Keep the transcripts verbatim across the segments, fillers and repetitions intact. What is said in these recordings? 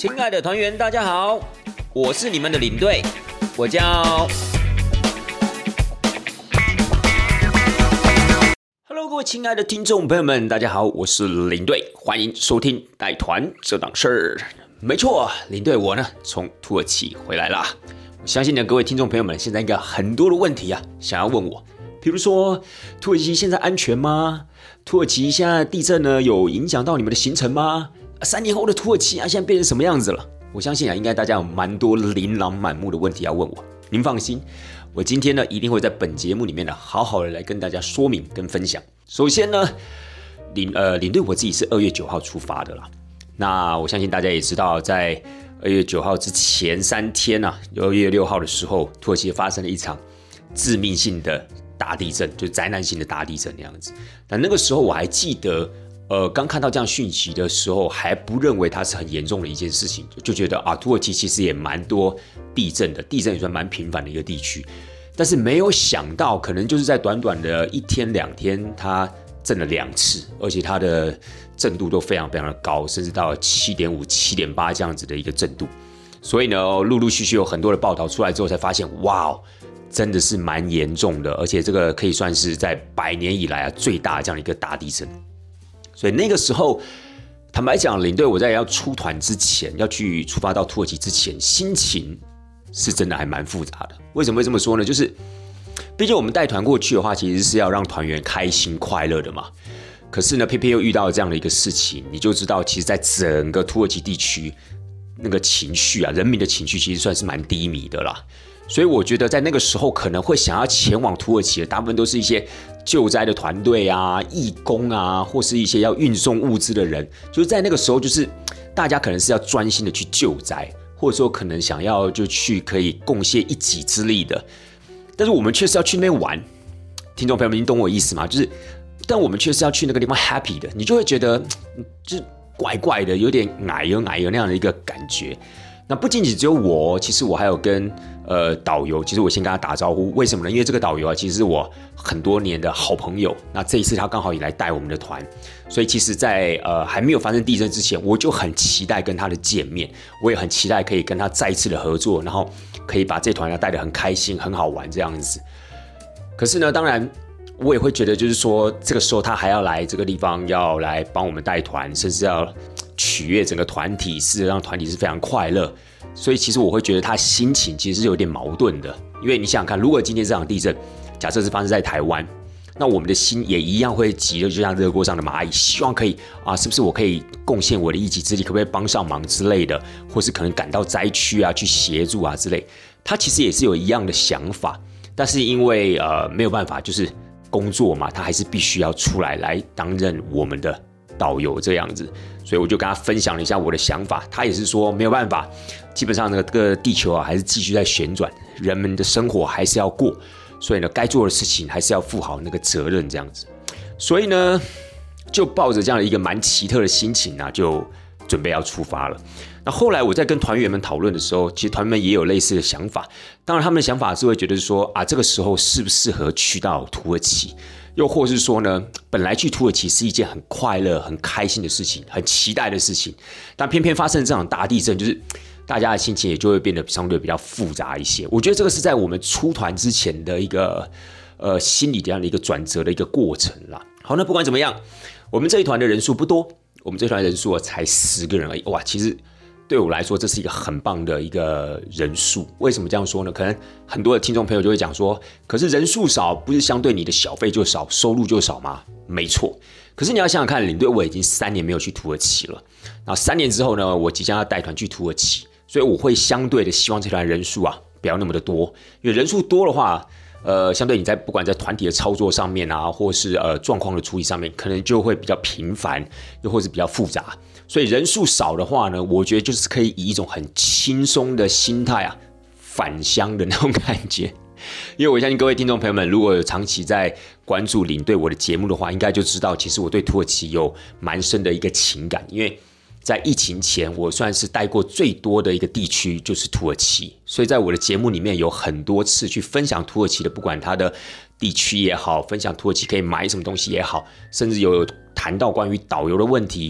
亲爱的团员，大家好，我是你们的领队，我叫 Hello， 各位亲爱的听众朋友们，大家好，我是领队，欢迎收听带团这档事儿。没错，领队我呢从土耳其回来啦。我相信呢，各位听众朋友们现在应该很多的问题啊，想要问我，比如说土耳其现在安全吗？土耳其现在地震呢有影响到你们的行程吗？三年后的土耳其啊，现在变成什么样子了？我相信啊，应该大家有蛮多琳琅满目的问题要问我。您放心，我今天呢一定会在本节目里面呢，好好的来跟大家说明跟分享。首先呢，领呃领队我自己是二月九号出发的啦。那我相信大家也知道，在二月九号之前三天啊，二月六号的时候，土耳其发生了一场致命性的大地震，就是灾难性的大地震那样子。但那个时候我还记得。呃，刚看到这样讯息的时候，还不认为它是很严重的一件事情，就觉得啊，土耳其其实也蛮多地震的，地震也算蛮频繁的一个地区。但是没有想到，可能就是在短短的一天两天，它震了两次，而且它的震度都非常非常的高，甚至到七点五、七点八这样子的一个震度。所以呢，陆陆续续有很多的报道出来之后，才发现，哇，真的是蛮严重的，而且这个可以算是在百年以来啊最大的这样的一个大地震。所以那个时候，坦白讲，领队我在要出团之前，要去出发到土耳其之前，心情是真的还蛮复杂的。为什么会这么说呢？就是，毕竟我们带团过去的话，其实是要让团员开心快乐的嘛。可是呢，偏偏又遇到这样的一个事情，你就知道，其实，在整个土耳其地区，那个情绪啊，人民的情绪其实算是蛮低迷的啦。所以我觉得在那个时候可能会想要前往土耳其的，大部分都是一些救灾的团队啊、义工啊，或是一些要运送物资的人。就是在那个时候，就是大家可能是要专心的去救灾，或者说可能想要就去可以贡献一己之力的。但是我们却是要去那边玩，听众朋友们，你懂我意思吗？就是，但我们却是要去那个地方 happy 的，你就会觉得就是怪怪的，有点矮油矮油那样的一个感觉。那不仅仅只有我，其实我还有跟呃导游，其实我先跟他打招呼，为什么呢？因为这个导游啊，其实是我很多年的好朋友。那这一次他刚好也来带我们的团，所以其实在，在呃还没有发生地震之前，我就很期待跟他的见面，我也很期待可以跟他再一次的合作，然后可以把这团带得很开心、很好玩这样子。可是呢，当然我也会觉得，就是说这个时候他还要来这个地方，要来帮我们带团，甚至要取悦整个团体，是让团体是非常快乐，所以其实我会觉得他心情其实是有点矛盾的，因为你想想看，如果今天这场地震假设是发生在台湾，那我们的心也一样会急的，就像热锅上的蚂蚁，希望可以啊，是不是我可以贡献我的一己之力，可不可以帮上忙之类的，或是可能赶到灾区啊去协助啊之类，他其实也是有一样的想法，但是因为呃没有办法，就是工作嘛，他还是必须要出来来担任我们的导游这样子，所以我就跟他分享了一下我的想法，他也是说没有办法，基本上这个地球啊还是继续在旋转，人们的生活还是要过，所以呢该做的事情还是要负好那个责任这样子，所以呢就抱着这样的一个蛮奇特的心情啊，就准备要出发了。那后来我在跟团员们讨论的时候，其实团员们也有类似的想法，当然他们的想法是会觉得说啊，这个时候适不适合去到土耳其？又或是说呢，本来去土耳其是一件很快乐、很开心的事情，很期待的事情，但偏偏发生这场大地震，就是大家的心情也就会变得相对比较复杂一些。我觉得这个是在我们出团之前的一个呃心理这样的一个转折的一个过程啦。好，那不管怎么样，我们这一团的人数不多，我们这一团人数才十个人而已。哇，其实对我来说，这是一个很棒的一个人数。为什么这样说呢？可能很多的听众朋友就会讲说，可是人数少，不是相对你的小费就少，收入就少吗？没错。可是你要想想看，领队我已经三年没有去土耳其了，然后三年之后呢，我即将要带团去土耳其，所以我会相对的希望这团人数啊不要那么的多，因为人数多的话，呃，相对你在不管在团体的操作上面啊，或是呃状况的处理上面，可能就会比较频繁，又或是比较复杂。所以人数少的话呢，我觉得就是可以以一种很轻松的心态啊，返乡的那种感觉。因为我相信各位听众朋友们，如果有长期在关注领队我的节目的话，应该就知道，其实我对土耳其有蛮深的一个情感。因为在疫情前，我算是待过最多的一个地区就是土耳其，所以在我的节目里面有很多次去分享土耳其的，不管它的地区也好，分享土耳其可以买什么东西也好，甚至有谈到关于导游的问题。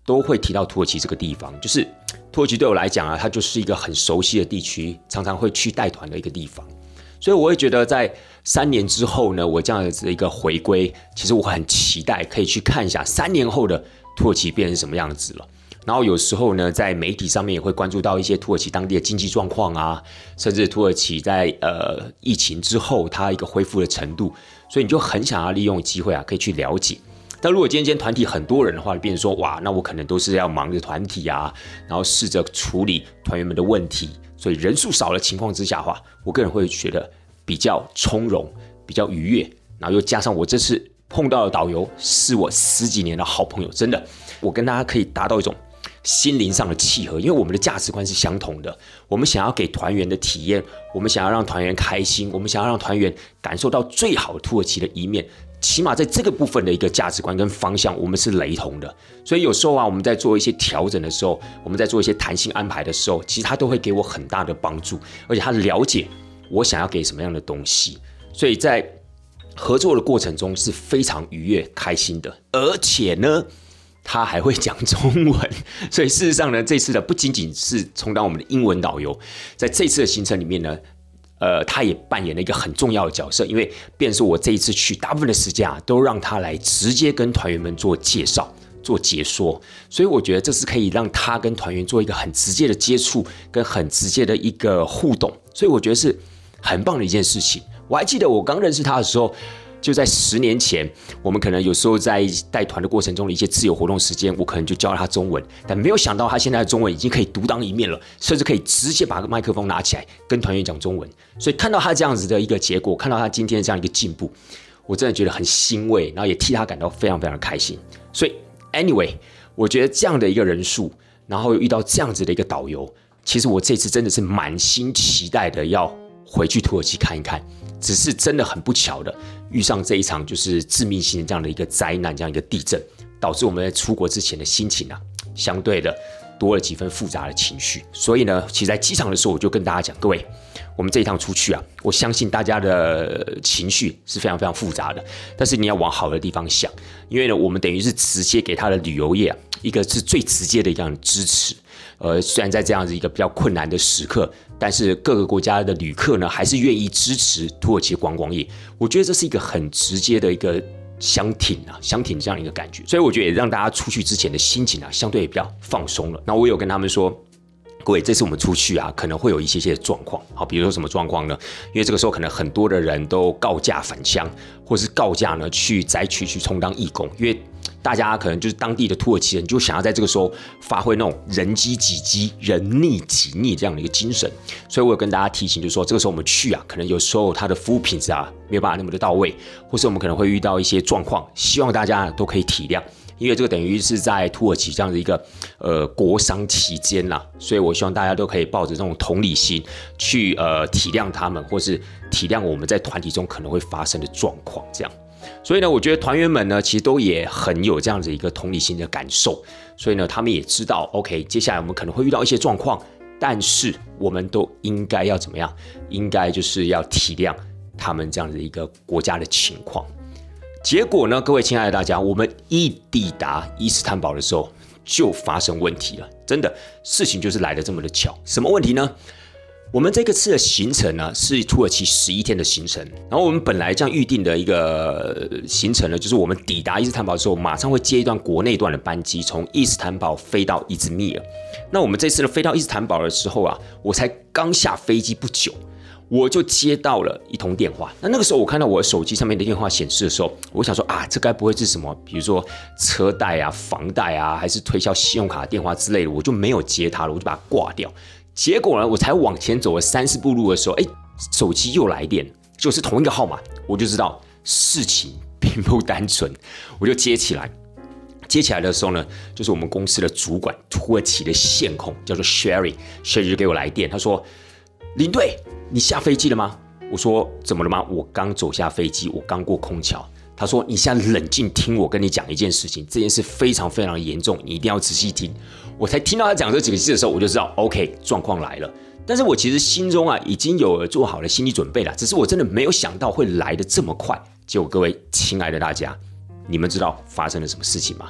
都会提到土耳其这个地方，就是土耳其对我来讲啊，它就是一个很熟悉的地区，常常会去带团的一个地方。所以我会觉得，在三年之后呢，我这样子的一个回归，其实我很期待可以去看一下三年后的土耳其变成什么样子了。然后有时候呢，在媒体上面也会关注到一些土耳其当地的经济状况啊，甚至土耳其在呃疫情之后它一个恢复的程度，所以你就很想要利用机会啊，可以去了解。但如果今天今天团体很多人的话，变成说哇，那我可能都是要忙着团体啊，然后试着处理团员们的问题。所以人数少的情况之下的话，我个人会觉得比较从容，比较愉悦，然后又加上我这次碰到的导游是我十几年的好朋友，真的，我跟大家可以达到一种心灵上的契合，因为我们的价值观是相同的。我们想要给团员的体验，我们想要让团员开心，我们想要让团员感受到最好的土耳其的一面。起码在这个部分的一个价值观跟方向，我们是雷同的。所以有时候啊，我们在做一些调整的时候，我们在做一些弹性安排的时候，其实他都会给我很大的帮助，而且他了解我想要给什么样的东西。所以在合作的过程中是非常愉悦、开心的，而且呢，他还会讲中文。所以事实上呢，这次的不仅仅是充当我们的英文导游，在这次的行程里面呢。呃，他也扮演了一个很重要的角色，因为便是我这一次去，大部分的时间啊，都让他来直接跟团员们做介绍、做解说，所以我觉得这是可以让他跟团员做一个很直接的接触，跟很直接的一个互动，所以我觉得是很棒的一件事情。我还记得我刚认识他的时候。就在十年前，我们可能有时候在带团的过程中的一些自由活动时间，我可能就教他中文，但没有想到他现在的中文已经可以独当一面了，甚至可以直接把麦克风拿起来跟团员讲中文。所以看到他这样子的一个结果，看到他今天这样一个进步，我真的觉得很欣慰，然后也替他感到非常非常的开心。所以 anyway， 我觉得这样的一个人数，然后遇到这样子的一个导游，其实我这次真的是满心期待的要回去土耳其看一看，只是真的很不巧的遇上这一场就是致命性的这样的一个灾难，这样一个地震，导致我们在出国之前的心情啊，相对的多了几分复杂的情绪。所以呢，其实在机场的时候，我就跟大家讲，各位，我们这一趟出去啊，我相信大家的情绪是非常非常复杂的，但是你要往好的地方想，因为呢，我们等于是直接给他的旅游业啊，一个是最直接的一样的支持。呃，虽然在这样子一个比较困难的时刻，但是各个国家的旅客呢，还是愿意支持土耳其观光业。我觉得这是一个很直接的一个相挺啊，相挺这样一个感觉。所以我觉得也让大家出去之前的心情啊，相对也比较放松了。那我有跟他们说，各位，这次我们出去啊，可能会有一些些状况。好，比如说什么状况呢？因为这个时候可能很多的人都告假返乡，或是告假呢去灾区去充当义工，因为大家可能就是当地的土耳其人，就想要在这个时候发挥那种人饥己饥、人逆己逆这样的一个精神。所以我有跟大家提醒，就是说这个时候我们去啊，可能有时候它的服务品质啊没有办法那么的到位，或是我们可能会遇到一些状况，希望大家都可以体谅。因为这个等于是在土耳其这样的一个呃国殇期间啦，所以我希望大家都可以抱着这种同理心去呃体谅他们，或是体谅我们在团体中可能会发生的状况，这样。所以呢，我觉得团员们呢，其实都也很有这样子一个同理心的感受，所以呢，他们也知道 ，OK， 接下来我们可能会遇到一些状况，但是我们都应该要怎么样？应该就是要体谅他们这样的一个国家的情况。结果呢，各位亲爱的大家，我们一抵达伊斯坦堡的时候，就发生问题了。真的，事情就是来得这么的巧。什么问题呢？我们这个次的行程呢，是土耳其十一天的行程。然后我们本来这样预定的一个行程呢，就是我们抵达伊斯坦堡之后，马上会接一段国内段的班机，从伊斯坦堡飞到伊兹密尔。那我们这次呢，飞到伊斯坦堡的时候啊，我才刚下飞机不久。我就接到了一通电话，那那个时候我看到我的手机上面的电话显示的时候，我想说啊，这该不会是什么，比如说车贷啊、房贷啊，还是推销信用卡的电话之类的，我就没有接它了，我就把它挂掉。结果呢，我才往前走了三四步路的时候，哎，手机又来电，就是同一个号码，我就知道事情并不单纯，我就接起来。接起来的时候呢，就是我们公司的主管，土耳其的线控，叫做 Sherry，Sherry 就给我来电，他说：“领队，你下飞机了吗？”我说：“怎么了吗？我刚走下飞机，我刚过空桥。”他说：“你现在冷静听我跟你讲一件事情，这件事非常非常严重，你一定要仔细听。”我才听到他讲这几个字的时候，我就知道 OK， 状况来了。但是我其实心中啊已经有做好了心理准备了，只是我真的没有想到会来得这么快。结果各位亲爱的大家，你们知道发生了什么事情吗？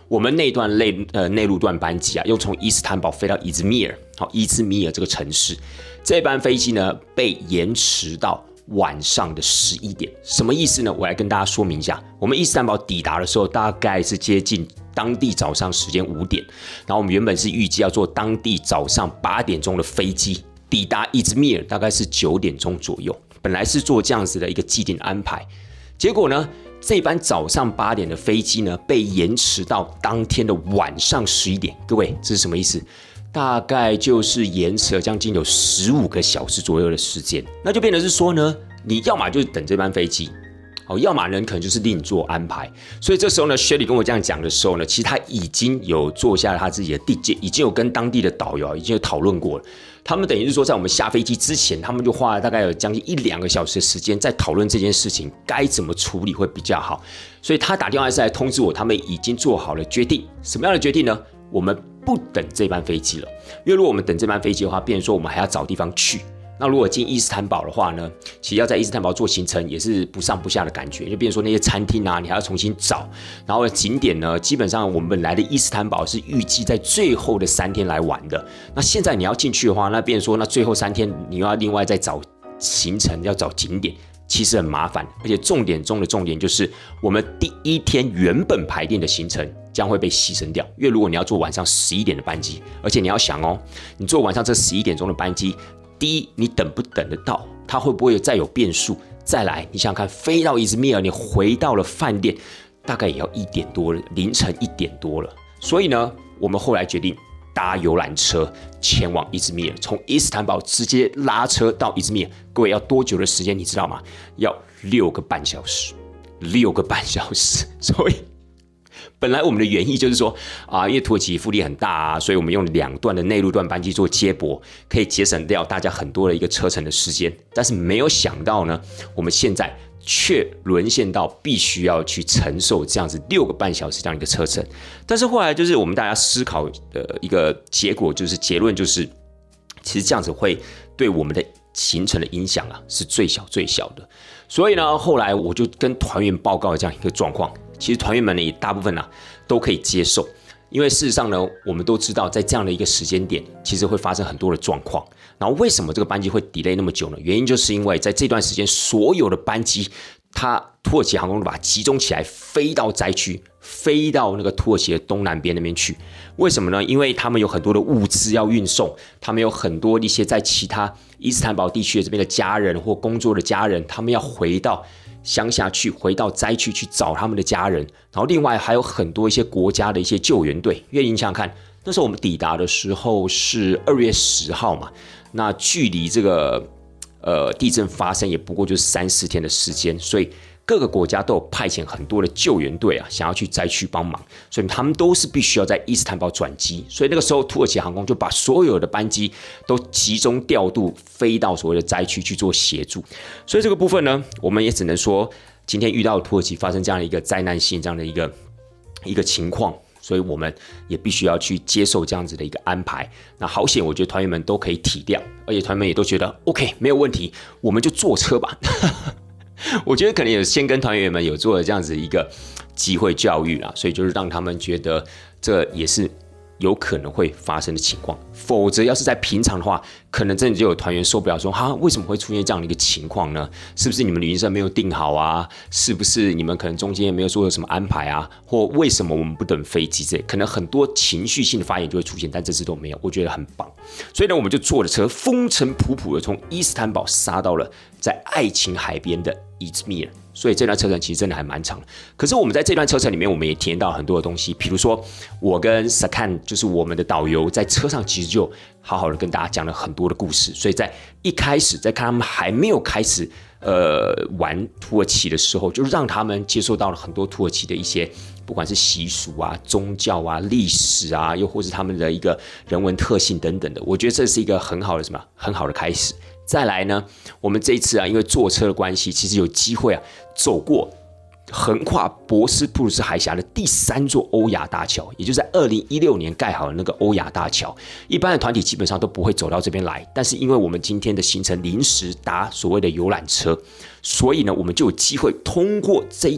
我们那段内呃内陆段班机啊，又从伊斯坦堡飞到伊兹密尔，好，伊兹密尔这个城市，这班飞机呢被延迟到晚上的十一点，什么意思呢？我来跟大家说明一下。我们伊斯坦堡抵达的时候，大概是接近当地早上时间五点，然后我们原本是预计要坐当地早上八点钟的飞机抵达伊兹密尔，大概是九点钟左右。本来是做这样子的一个既定安排，结果呢，这班早上八点的飞机呢被延迟到当天的晚上十一点。各位，这是什么意思？大概就是延迟了将近有十五个小时左右的时间，那就变成是说呢，你要么就是等这班飞机。哦，要么人可能就是另做安排，所以这时候呢 ，Shelly 跟我这样讲的时候呢，其实他已经有做下了他自己的地界，已经有跟当地的导游已经有讨论过了。他们等于是说，在我们下飞机之前，他们就花了大概有将近一两个小时的时间在讨论这件事情该怎么处理会比较好。所以他打电话是来通知我，他们已经做好了决定。什么样的决定呢？我们不等这班飞机了，因为如果我们等这班飞机的话，变成说我们还要找地方去。那如果进伊斯坦堡的话呢，其实要在伊斯坦堡做行程也是不上不下的感觉，就变成说那些餐厅啊，你还要重新找，然后景点呢，基本上我们本来的伊斯坦堡是预计在最后的三天来玩的，那现在你要进去的话，那变成说那最后三天你又要另外再找行程，要找景点，其实很麻烦，而且重点中的重点就是我们第一天原本排定的行程将会被牺牲掉，因为如果你要坐晚上十一点的班机，而且你要想哦，你坐晚上这十一点钟的班机。第一，你等不等得到？它会不会再有变数？再来，你想想看，飞到伊兹密尔，你回到了饭店，大概也要一点多了，凌晨一点多了。所以呢，我们后来决定搭游览车前往伊兹密尔，从伊斯坦堡直接拉车到伊兹密尔。各位要多久的时间？你知道吗？要六个半小时，六个半小时。所以。本来我们的原意就是说啊，因为土耳其腹地很大啊，所以我们用两段的内陆段班机做接驳，可以节省掉大家很多的一个车程的时间。但是没有想到呢，我们现在却沦陷到必须要去承受这样子六个半小时这样一个车程。但是后来就是我们大家思考的一个结果，就是结论就是，其实这样子会对我们的行程的影响啊是最小最小的。所以呢，后来我就跟团员报告这样一个状况。其实团员们呢，也大部分啊都可以接受，因为事实上呢，我们都知道，在这样的一个时间点，其实会发生很多的状况。然后为什么这个班机会 delay 那么久呢？原因就是因为在这段时间，所有的班机，它土耳其航空都把它集中起来，飞到灾区，飞到那个土耳其的东南边那边去。为什么呢？因为他们有很多的物资要运送，他们有很多一些在其他伊斯坦堡地区的这边的家人或工作的家人，他们要回到乡下去，回到灾区去找他们的家人，然后另外还有很多一些国家的一些救援队。因为你想想看，那时候我们抵达的时候是二月十号嘛，那距离这个呃地震发生也不过就是三四天的时间，所以各个国家都有派遣很多的救援队啊，想要去灾区帮忙，所以他们都是必须要在伊斯坦堡转机。所以那个时候，土耳其航空就把所有的班机都集中调度飞到所谓的灾区去做协助。所以这个部分呢，我们也只能说，今天遇到土耳其发生这样的一个灾难性这样的一个一个情况。所以我们也必须要去接受这样子的一个安排。那好险，我觉得团员们都可以体谅，而且团员们也都觉得 OK 没有问题，我们就坐车吧。我觉得可能有先跟团员们有做了这样子一个机会教育啦，所以就是让他们觉得这也是有可能会发生的情况。否则要是在平常的话，可能真的就有团员受不了说，哈，为什么会出现这样的一个情况呢？是不是你们旅行社没有订好啊？是不是你们可能中间也没有做什么安排啊？或为什么我们不等飞机之类，可能很多情绪性的发言就会出现，但这次都没有，我觉得很棒。所以呢，我们就坐着车风尘仆仆的从伊斯坦堡杀到了在爱琴海边的伊兹密尔。所以这段车程其实真的还蛮长的。可是我们在这段车程里面，我们也体验到很多的东西，比如说我跟 Sakan 就是我们的导游，在车上其实就好好的跟大家讲了很多的故事。所以在一开始，在看他们还没有开始呃玩土耳其的时候，就让他们接受到了很多土耳其的一些不管是习俗啊、宗教啊、历史啊，又或是他们的一个人文特性等等的。我觉得这是一个很好的什么很好的开始。再来呢，我们这一次啊，因为坐车的关系，其实有机会啊走过横跨博斯普鲁斯海峡的第三座欧亚大桥，也就是在二零一六年盖好的那个欧亚大桥。一般的团体基本上都不会走到这边来，但是因为我们今天的行程临时搭所谓的游览车，所以呢，我们就有机会通过这一条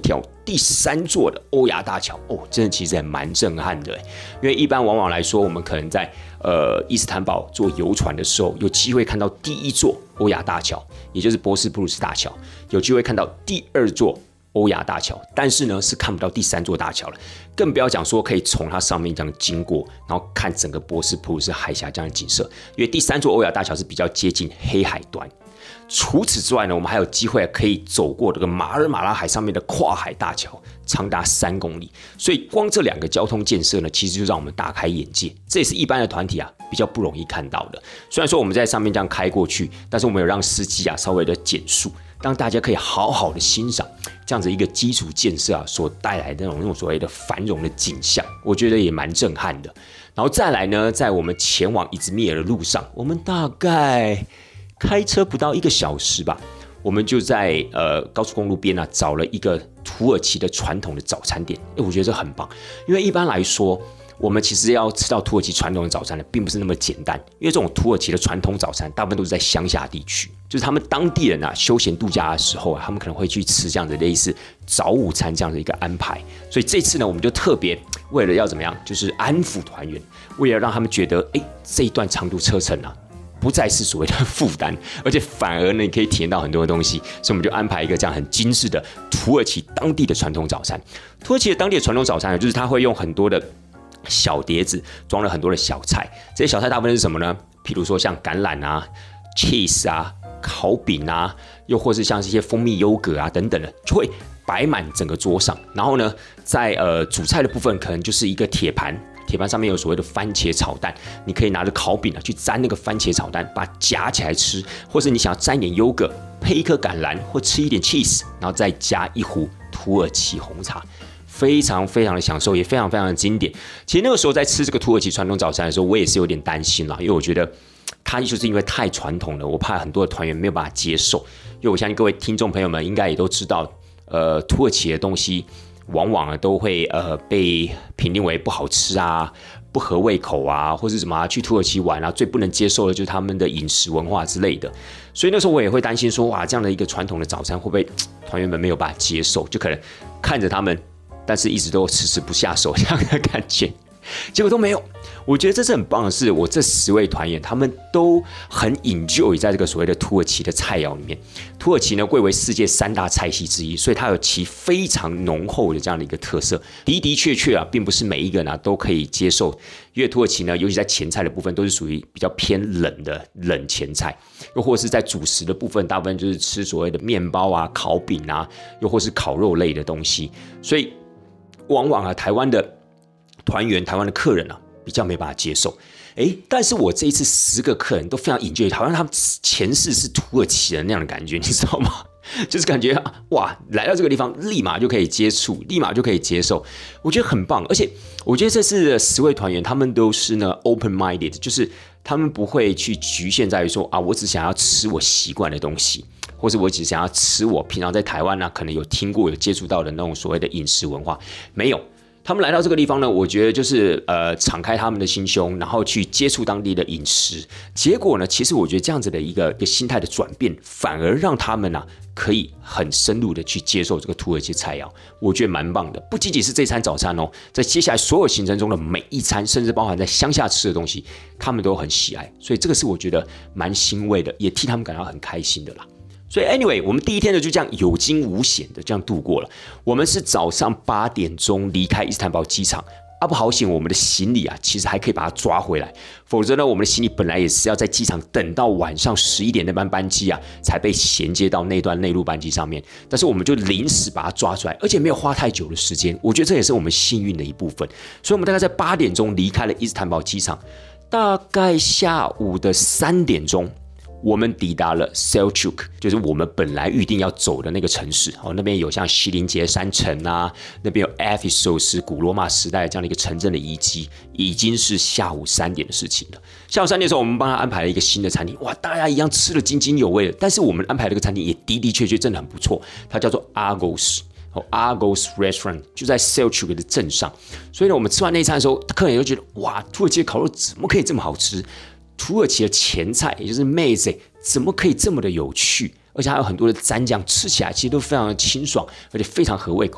第三座的欧亚大桥哦，真的其实还蛮震撼的，因为一般往往来说，我们可能在呃伊斯坦堡坐游船的时候，有机会看到第一座欧亚大桥，也就是波斯普鲁斯大桥，有机会看到第二座欧亚大桥，但是呢是看不到第三座大桥了，更不要讲说可以从它上面这样经过，然后看整个波斯普鲁斯海峡这样的景色，因为第三座欧亚大桥是比较接近黑海端。除此之外呢，我们还有机会可以走过这个马尔马拉海上面的跨海大桥，长达三公里。所以光这两个交通建设呢，其实就让我们大开眼界。这也是一般的团体啊比较不容易看到的。虽然说我们在上面这样开过去，但是我们有让司机啊稍微的减速，让大家可以好好的欣赏这样子一个基础建设啊所带来的那种那种所谓的繁荣的景象，我觉得也蛮震撼的。然后再来呢，在我们前往伊兹密尔的路上，我们大概开车不到一个小时吧，我们就在呃高速公路边啊找了一个土耳其的传统的早餐店。欸，我觉得这很棒，因为一般来说，我们其实要吃到土耳其传统的早餐呢，并不是那么简单。因为这种土耳其的传统早餐，大部分都是在乡下地区，就是他们当地人啊休闲度假的时候啊，他们可能会去吃这样的类似早午餐这样的一个安排。所以这次呢，我们就特别为了要怎么样，就是安抚团员，为了让他们觉得，哎，这一段长途车程啊，不再是所谓的负担，而且反而呢，你可以体验到很多的东西，所以我们就安排一个这样很精致的土耳其当地的传统早餐。土耳其的当地的传统早餐呢，就是它会用很多的小碟子装了很多的小菜，这些小菜大部分是什么呢？譬如说像橄榄啊、cheese 啊、烤饼啊，又或是像这些蜂蜜优格啊等等的，就会摆满整个桌上。然后呢，在呃主菜的部分，可能就是一个铁盘。铁盘上面有所谓的番茄炒蛋，你可以拿着烤饼啊去沾那个番茄炒蛋，把它夹起来吃，或是你想要沾一点优格，配一颗橄榄，或吃一点 cheese， 然后再加一壶土耳其红茶，非常非常的享受，也非常非常的经典。其实那个时候在吃这个土耳其传统早餐的时候，我也是有点担心啦，因为我觉得它就是因为太传统了，我怕很多的团员没有办法接受。因为我相信各位听众朋友们应该也都知道，呃，土耳其的东西往往都会呃被评定为不好吃啊、不合胃口啊，或是什么、啊、去土耳其玩啊，最不能接受的就是他们的饮食文化之类的。所以那时候我也会担心说，哇，这样的一个传统的早餐会不会团员们没有办法接受，就可能看着他们，但是一直都迟迟不下手这样的感觉。结果都没有，我觉得这是很棒的是，我这十位团员他们都很 enjoy 在这个所谓的土耳其的菜肴里面。土耳其呢贵为世界三大菜系之一，所以它有其非常浓厚的这样的一个特色。的的确确啊，并不是每一个人啊都可以接受，因为土耳其呢，尤其在前菜的部分都是属于比较偏冷的冷前菜，又或是在主食的部分，大部分就是吃所谓的面包啊、烤饼啊，又或是烤肉类的东西，所以往往啊台湾的团员、台湾的客人啊，比较没办法接受。哎，但是我这一次十个客人都非常 enjoy， 好像他们前世是土耳其人那样的感觉，你知道吗？就是感觉哇，来到这个地方立马就可以接触，立马就可以接受，我觉得很棒。而且我觉得这次的十位团员，他们都是呢 open minded， 就是他们不会去局限在于说啊，我只想要吃我习惯的东西，或是我只想要吃我平常在台湾呢、啊、可能有听过、有接触到的那种所谓的饮食文化，没有。他们来到这个地方呢，我觉得就是呃敞开他们的心胸，然后去接触当地的饮食。结果呢，其实我觉得这样子的一个一个心态的转变，反而让他们啊可以很深入的去接受这个土耳其菜肴，我觉得蛮棒的。不仅仅是这餐早餐哦，在接下来所有行程中的每一餐，甚至包含在乡下吃的东西，他们都很喜爱。所以这个是我觉得蛮欣慰的，也替他们感到很开心的啦。所以 anyway， 我们第一天呢就这样有惊无险的这样度过了。我们是早上八点钟离开伊斯坦堡机场，啊不好险，我们的行李啊其实还可以把它抓回来，否则呢，我们的行李本来也是要在机场等到晚上十一点那班班机啊才被衔接到那段内陆班机上面，但是我们就临时把它抓出来，而且没有花太久的时间，我觉得这也是我们幸运的一部分。所以我们大概在八点钟离开了伊斯坦堡机场，大概下午的三点钟。我们抵达了 Selçuk， 就是我们本来预定要走的那个城市。哦，那边有像锡林杰山城啊，那边有 Ephesus 古罗马时代这样的一个城镇的遗迹，已经是下午三点的事情了。下午三点的时候，我们帮他安排了一个新的餐厅，哇，大家一样吃得津津有味的。但是我们安排的这个餐厅也的的确确真的很不错，它叫做 Argos。哦 Argos Restaurant 就在 Selçuk 的镇上。所以呢，我们吃完那一餐的时候，客人就觉得哇，土耳其的烤肉怎么可以这么好吃？土耳其的前菜，也就是妹子，怎么可以这么的有趣？而且还有很多的蘸酱，吃起来其实都非常的清爽，而且非常合胃口。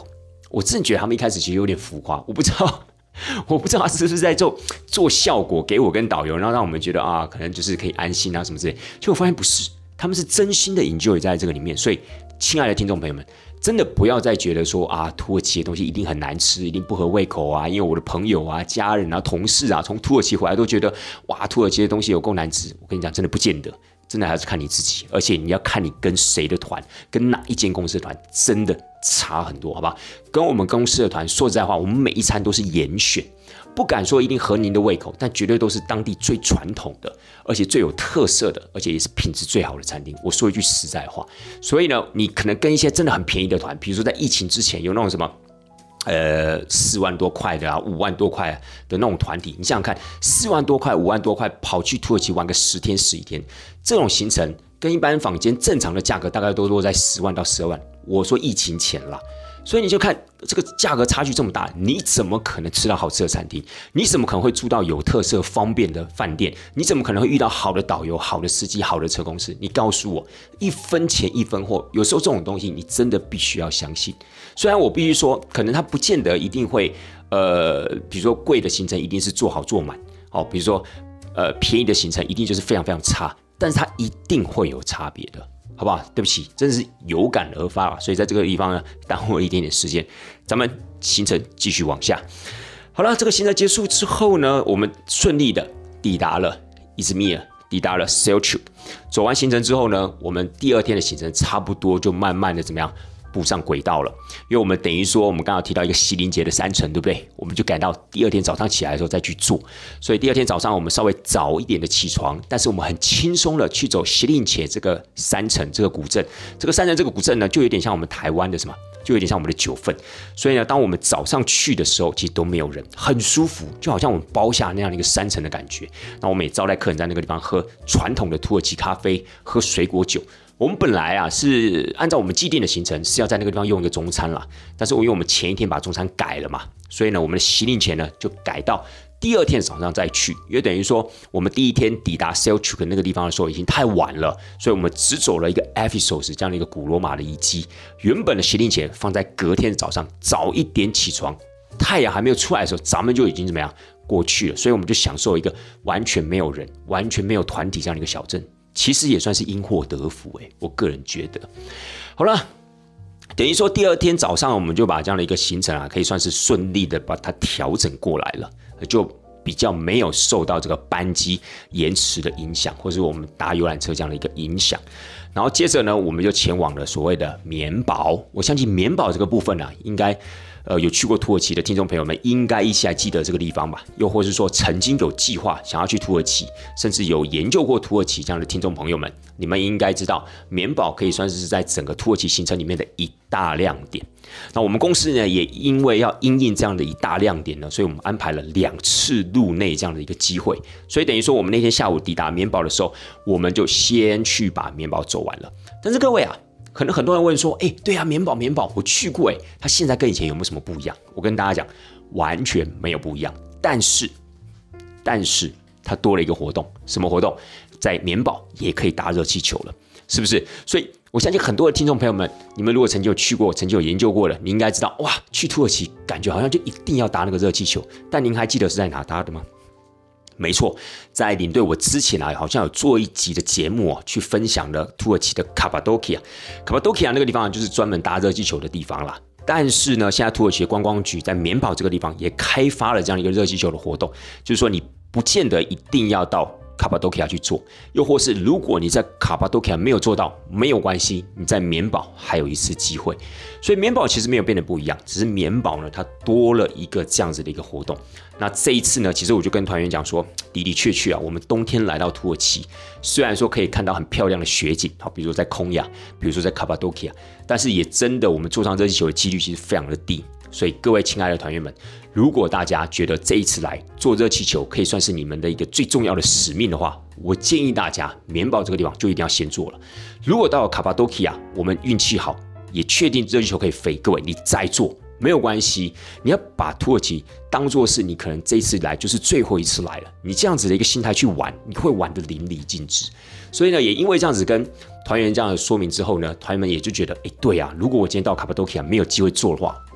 我真的觉得他们一开始其实有点浮夸，我不知道。我不知道他是不是在做做效果给我跟导游，然后让我们觉得啊，可能就是可以安心啊什么之类。结果我发现不是，他们是真心的 enjoy 在这个里面。所以，亲爱的听众朋友们，真的不要再觉得说啊，土耳其的东西一定很难吃，一定不合胃口啊。因为我的朋友啊、家人啊、同事啊，从土耳其回来都觉得哇，土耳其的东西有够难吃。我跟你讲，真的不见得，真的还是看你自己，而且你要看你跟谁的团，跟哪一间公司的团，真的差很多，好不好？跟我们公司的团，说实在话，我们每一餐都是严选，不敢说一定合您的胃口，但绝对都是当地最传统的，而且最有特色的，而且也是品质最好的餐厅。我说一句实在话，所以呢，你可能跟一些真的很便宜的团，比如说在疫情之前有那种什么。呃，四万多块的啊，五万多块的那种团体，你想想看，四万多块、五万多块跑去土耳其玩个十天、十一天，这种行程跟一般坊间正常的价格大概都落在十万到十二万。我说疫情前啦，所以你就看这个价格差距这么大，你怎么可能吃到好吃的餐厅？你怎么可能会住到有特色、方便的饭店？你怎么可能会遇到好的导游、好的司机、好的车公司？你告诉我，一分钱一分货。有时候这种东西，你真的必须要相信。虽然我必须说，可能它不见得一定会，呃，比如说贵的行程一定是做好做满，哦，比如说呃便宜的行程一定就是非常非常差，但是它一定会有差别的。好不好？对不起，真的是有感而发，所以在这个地方呢，耽误了一点点时间。咱们行程继续往下。好了，这个行程结束之后呢，我们顺利的抵达了伊兹密尔，抵达了 Selçuk。走完行程之后呢，我们第二天的行程差不多就慢慢的怎么样？步上轨道了，因为我们等于说，我们刚刚提到一个西林节的山城，对不对？我们就改到第二天早上起来的时候再去做。所以第二天早上我们稍微早一点的起床，但是我们很轻松的去走西林节这个山城这个古镇。这个山城这个古镇呢，就有点像我们台湾的什么，就有点像我们的九份。所以呢，当我们早上去的时候，其实都没有人，很舒服，就好像我们包下那样的一个山城的感觉。那我们也招待客人在那个地方喝传统的土耳其咖啡，喝水果酒。我们本来啊是按照我们既定的行程是要在那个地方用一个中餐啦，但是因为我们前一天把中餐改了嘛，所以呢我们的行令前呢就改到第二天早上再去，因为等于说我们第一天抵达 Selçuk 那个地方的时候已经太晚了，所以我们只走了一个 Ephesos 这样的一个古罗马的遗迹。原本的行令前放在隔天的早上，早一点起床，太阳还没有出来的时候，咱们就已经怎么样过去了，所以我们就享受一个完全没有人、完全没有团体这样的一个小镇。其实也算是因祸得福哎，我个人觉得。好了，等于说第二天早上我们就把这样的一个行程啊，可以算是顺利的把它调整过来了，就比较没有受到这个班机延迟的影响，或是我们搭游览车这样的一个影响。然后接着呢，我们就前往了所谓的棉堡。我相信棉堡这个部分啊，应该。呃，有去过土耳其的听众朋友们，应该一起还记得这个地方吧？又或是说，曾经有计划想要去土耳其，甚至有研究过土耳其这样的听众朋友们，你们应该知道，棉堡可以算是在整个土耳其行程里面的一大亮点。那我们公司呢，也因为要因应这样的一大亮点呢，所以我们安排了两次入内这样的一个机会。所以等于说，我们那天下午抵达棉堡的时候，我们就先去把棉堡走完了。但是各位啊。可能很多人问说，哎、欸，对啊，棉堡棉堡我去过，哎，它现在跟以前有没有什么不一样？我跟大家讲，完全没有不一样。但是，但是它多了一个活动，什么活动？在棉堡也可以搭热气球了，是不是？所以我相信很多的听众朋友们，你们如果曾经有去过，曾经有研究过的，你应该知道，哇，去土耳其感觉好像就一定要搭那个热气球。但您还记得是在哪搭的吗？没错，在领队我之前啊，好像有做一集的节目哦，去分享了土耳其的卡巴多基亚。卡巴多基亚那个地方就是专门搭热气球的地方啦。但是呢，现在土耳其的观光局在棉堡这个地方也开发了这样一个热气球的活动，就是说你不见得一定要到卡巴多基亚去做，又或是如果你在卡巴多基亚没有做到，没有关系，你在棉堡还有一次机会。所以棉堡其实没有变得不一样，只是棉堡呢，它多了一个这样子的一个活动。那这一次呢，其实我就跟团员讲说，的的确确啊，我们冬天来到土耳其，虽然说可以看到很漂亮的雪景，好，比如说在空亚，比如说在卡巴多基亚，但是也真的我们坐上热气球的几率其实非常的低。所以各位亲爱的团员们，如果大家觉得这一次来坐热气球可以算是你们的一个最重要的使命的话，我建议大家棉堡这个地方就一定要先做了。如果到了卡巴多基亚，我们运气好，也确定热气球可以飞，各位你再做没有关系，你要把土耳其当作是你可能这一次来就是最后一次来了，你这样子的一个心态去玩，你会玩得淋漓尽致。所以呢，也因为这样子跟团员这样的说明之后呢，团员们也就觉得，哎，对啊，如果我今天到卡巴多基亚没有机会做的话，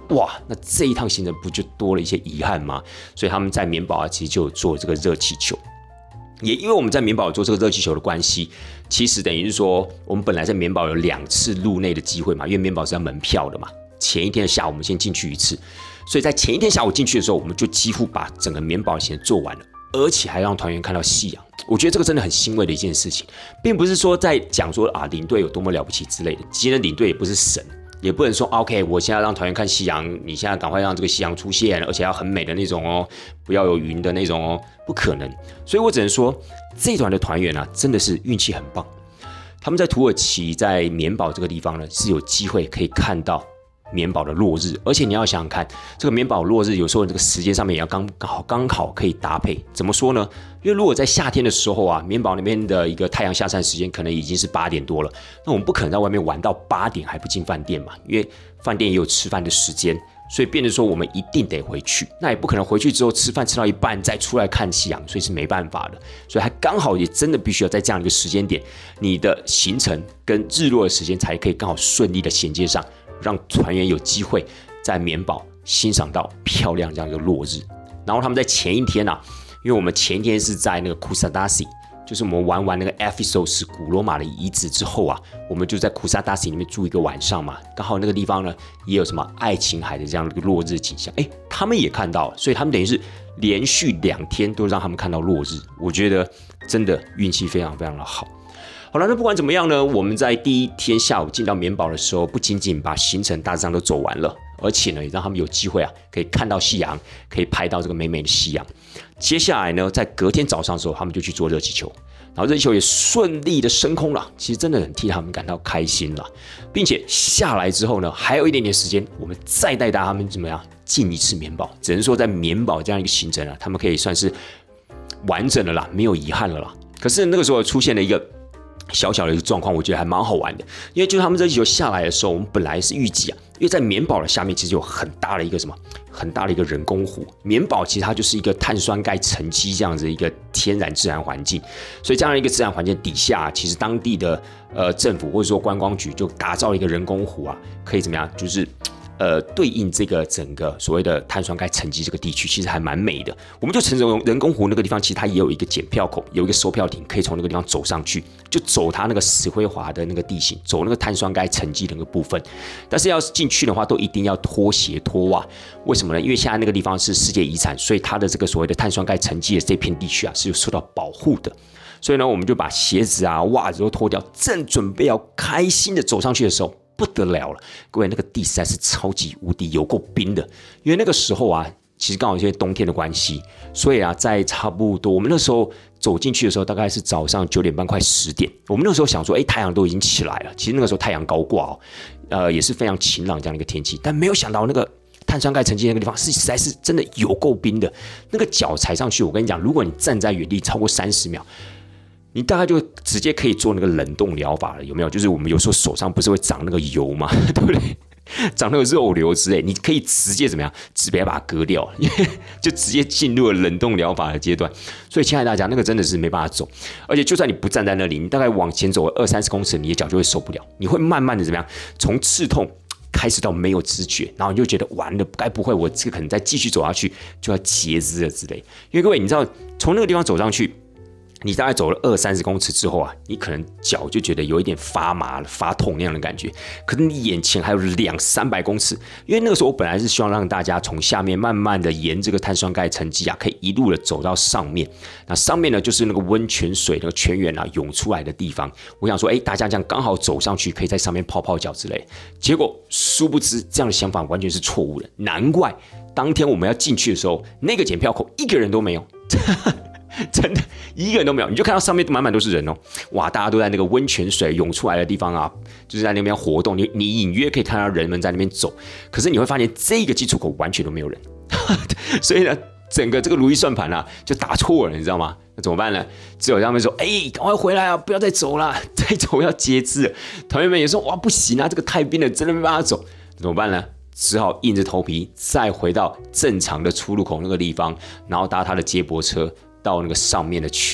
哇，那这一趟行程不就多了一些遗憾吗？所以他们在棉堡啊，其实就有做这个热气球。也因为我们在棉堡做这个热气球的关系，其实等于是说，我们本来在棉堡有两次入内的机会嘛，因为棉堡是要门票的嘛。前一天的下午我们先进去一次，所以在前一天下午进去的时候，我们就几乎把整个棉堡行程做完了，而且还让团员看到夕阳。我觉得这个真的很欣慰的一件事情，并不是说在讲说啊领队有多么了不起之类的，其实领队也不是神。也不能说 OK， 我现在让团员看夕阳，你现在赶快让这个夕阳出现，而且要很美的那种哦，不要有云的那种哦，不可能。所以我只能说，这一团的团员啊，真的是运气很棒。他们在土耳其，在棉堡这个地方呢，是有机会可以看到棉堡的落日，而且你要想想看，这个棉堡落日有时候这个时间上面也要刚好刚好可以搭配。怎么说呢？因为如果在夏天的时候啊，棉堡那边的一个太阳下山时间可能已经是八点多了，那我们不可能在外面玩到八点还不进饭店嘛，因为饭店也有吃饭的时间，所以变成说我们一定得回去，那也不可能回去之后吃饭吃到一半再出来看夕阳，所以是没办法的。所以还刚好也真的必须要在这样一个时间点，你的行程跟日落的时间才可以刚好顺利的衔接上，让团员有机会在棉堡欣赏到漂亮这样一个落日。然后他们在前一天啊，因为我们前一天是在那个库萨达西，就是我们玩完那个 Ephesus 古罗马的遗址之后啊，我们就在库萨达西里面住一个晚上嘛。刚好那个地方呢，也有什么爱琴海的这样的一个落日景象，哎，他们也看到了，所以他们等于是连续两天都让他们看到落日。我觉得真的运气非常非常的好。好了，那不管怎么样呢，我们在第一天下午进到棉堡的时候，不仅仅把行程大致上都走完了，而且呢，也让他们有机会啊，可以看到夕阳，可以拍到这个美美的夕阳。接下来呢，在隔天早上的时候，他们就去做热气球，然后热气球也顺利的升空了。其实真的很替他们感到开心了，并且下来之后呢，还有一点点时间，我们再带他们怎么样进一次棉堡。只能说在棉堡这样一个行程啊，他们可以算是完整了啦，没有遗憾了啦。可是那个时候出现了一个小小的一个状况，我觉得还蛮好玩的，因为就是他们热气球下来的时候，我们本来是预计啊，因为在棉堡的下面其实有很大的一个什么，很大的一个人工湖。棉堡其实它就是一个碳酸钙沉积这样子一个天然自然环境，所以这样的一个自然环境底下，其实当地的呃政府或者说观光局就打造了一个人工湖啊，可以怎么样，就是呃，对应这个整个所谓的碳酸钙沉积这个地区，其实还蛮美的。我们就乘着人工湖那个地方，其实它也有一个检票口，有一个售票亭，可以从那个地方走上去，就走它那个石灰滑的那个地形，走那个碳酸钙沉积的那个部分。但是要进去的话，都一定要脱鞋脱袜。为什么呢？因为现在那个地方是世界遗产，所以它的这个所谓的碳酸钙沉积的这片地区啊，是有受到保护的。所以呢，我们就把鞋子啊、袜子都脱掉，正准备要开心的走上去的时候，不得了了，各位，那个地实在是超级无敌有够冰的，因为那个时候啊，其实刚好因为冬天的关系，所以啊，在差不多我们那时候走进去的时候，大概是早上九点半快十点，我们那时候想说，哎，太阳都已经起来了，其实那个时候太阳高挂哦，呃，也是非常晴朗这样的一个天气，但没有想到那个碳酸钙沉积那个地方是实在是真的有够冰的，那个脚踩上去，我跟你讲，如果你站在原地超过三十秒。你大概就直接可以做那个冷冻疗法了，有没有？就是我们有时候手上不是会长那个油吗？对不对？长那个肉瘤之类，你可以直接怎么样？直接把它割掉，因为就直接进入了冷冻疗法的阶段。所以，亲爱的大家，那个真的是没办法走，而且就算你不站在那里，你大概往前走二三十公尺，你的脚就会受不了，你会慢慢的怎么样？从刺痛开始到没有知觉，然后你就觉得完了，该不会我这个可能再继续走下去就要截肢了之类？因为各位，你知道从那个地方走上去。你大概走了二三十公尺之后啊，你可能脚就觉得有一点发麻了、发痛那样的感觉。可是你眼前还有两三百公尺，因为那个时候我本来是希望让大家从下面慢慢的沿这个碳酸钙沉积啊，可以一路的走到上面。那上面呢，就是那个温泉水、那个泉源啊涌出来的地方。我想说，哎，大家这样刚好走上去，可以在上面泡泡脚之类。结果殊不知，这样的想法完全是错误的。难怪当天我们要进去的时候，那个检票口一个人都没有。真的一个人都没有，你就看到上面满满都是人哦，哇，大家都在那个温泉水涌出来的地方啊，就是在那边活动，你你隐约可以看到人们在那边走，可是你会发现这个进出口完全都没有人，所以呢，整个这个如意算盘啊就打错了，你知道吗？那怎么办呢？只有他们说，哎、欸，赶快回来啊，不要再走了，再走要截肢了。团员们也说，哇，不行啊，这个太冰了，真的没办法走，怎么办呢？只好硬着头皮再回到正常的出入口那个地方，然后搭他的接驳车。到那个上面的区域，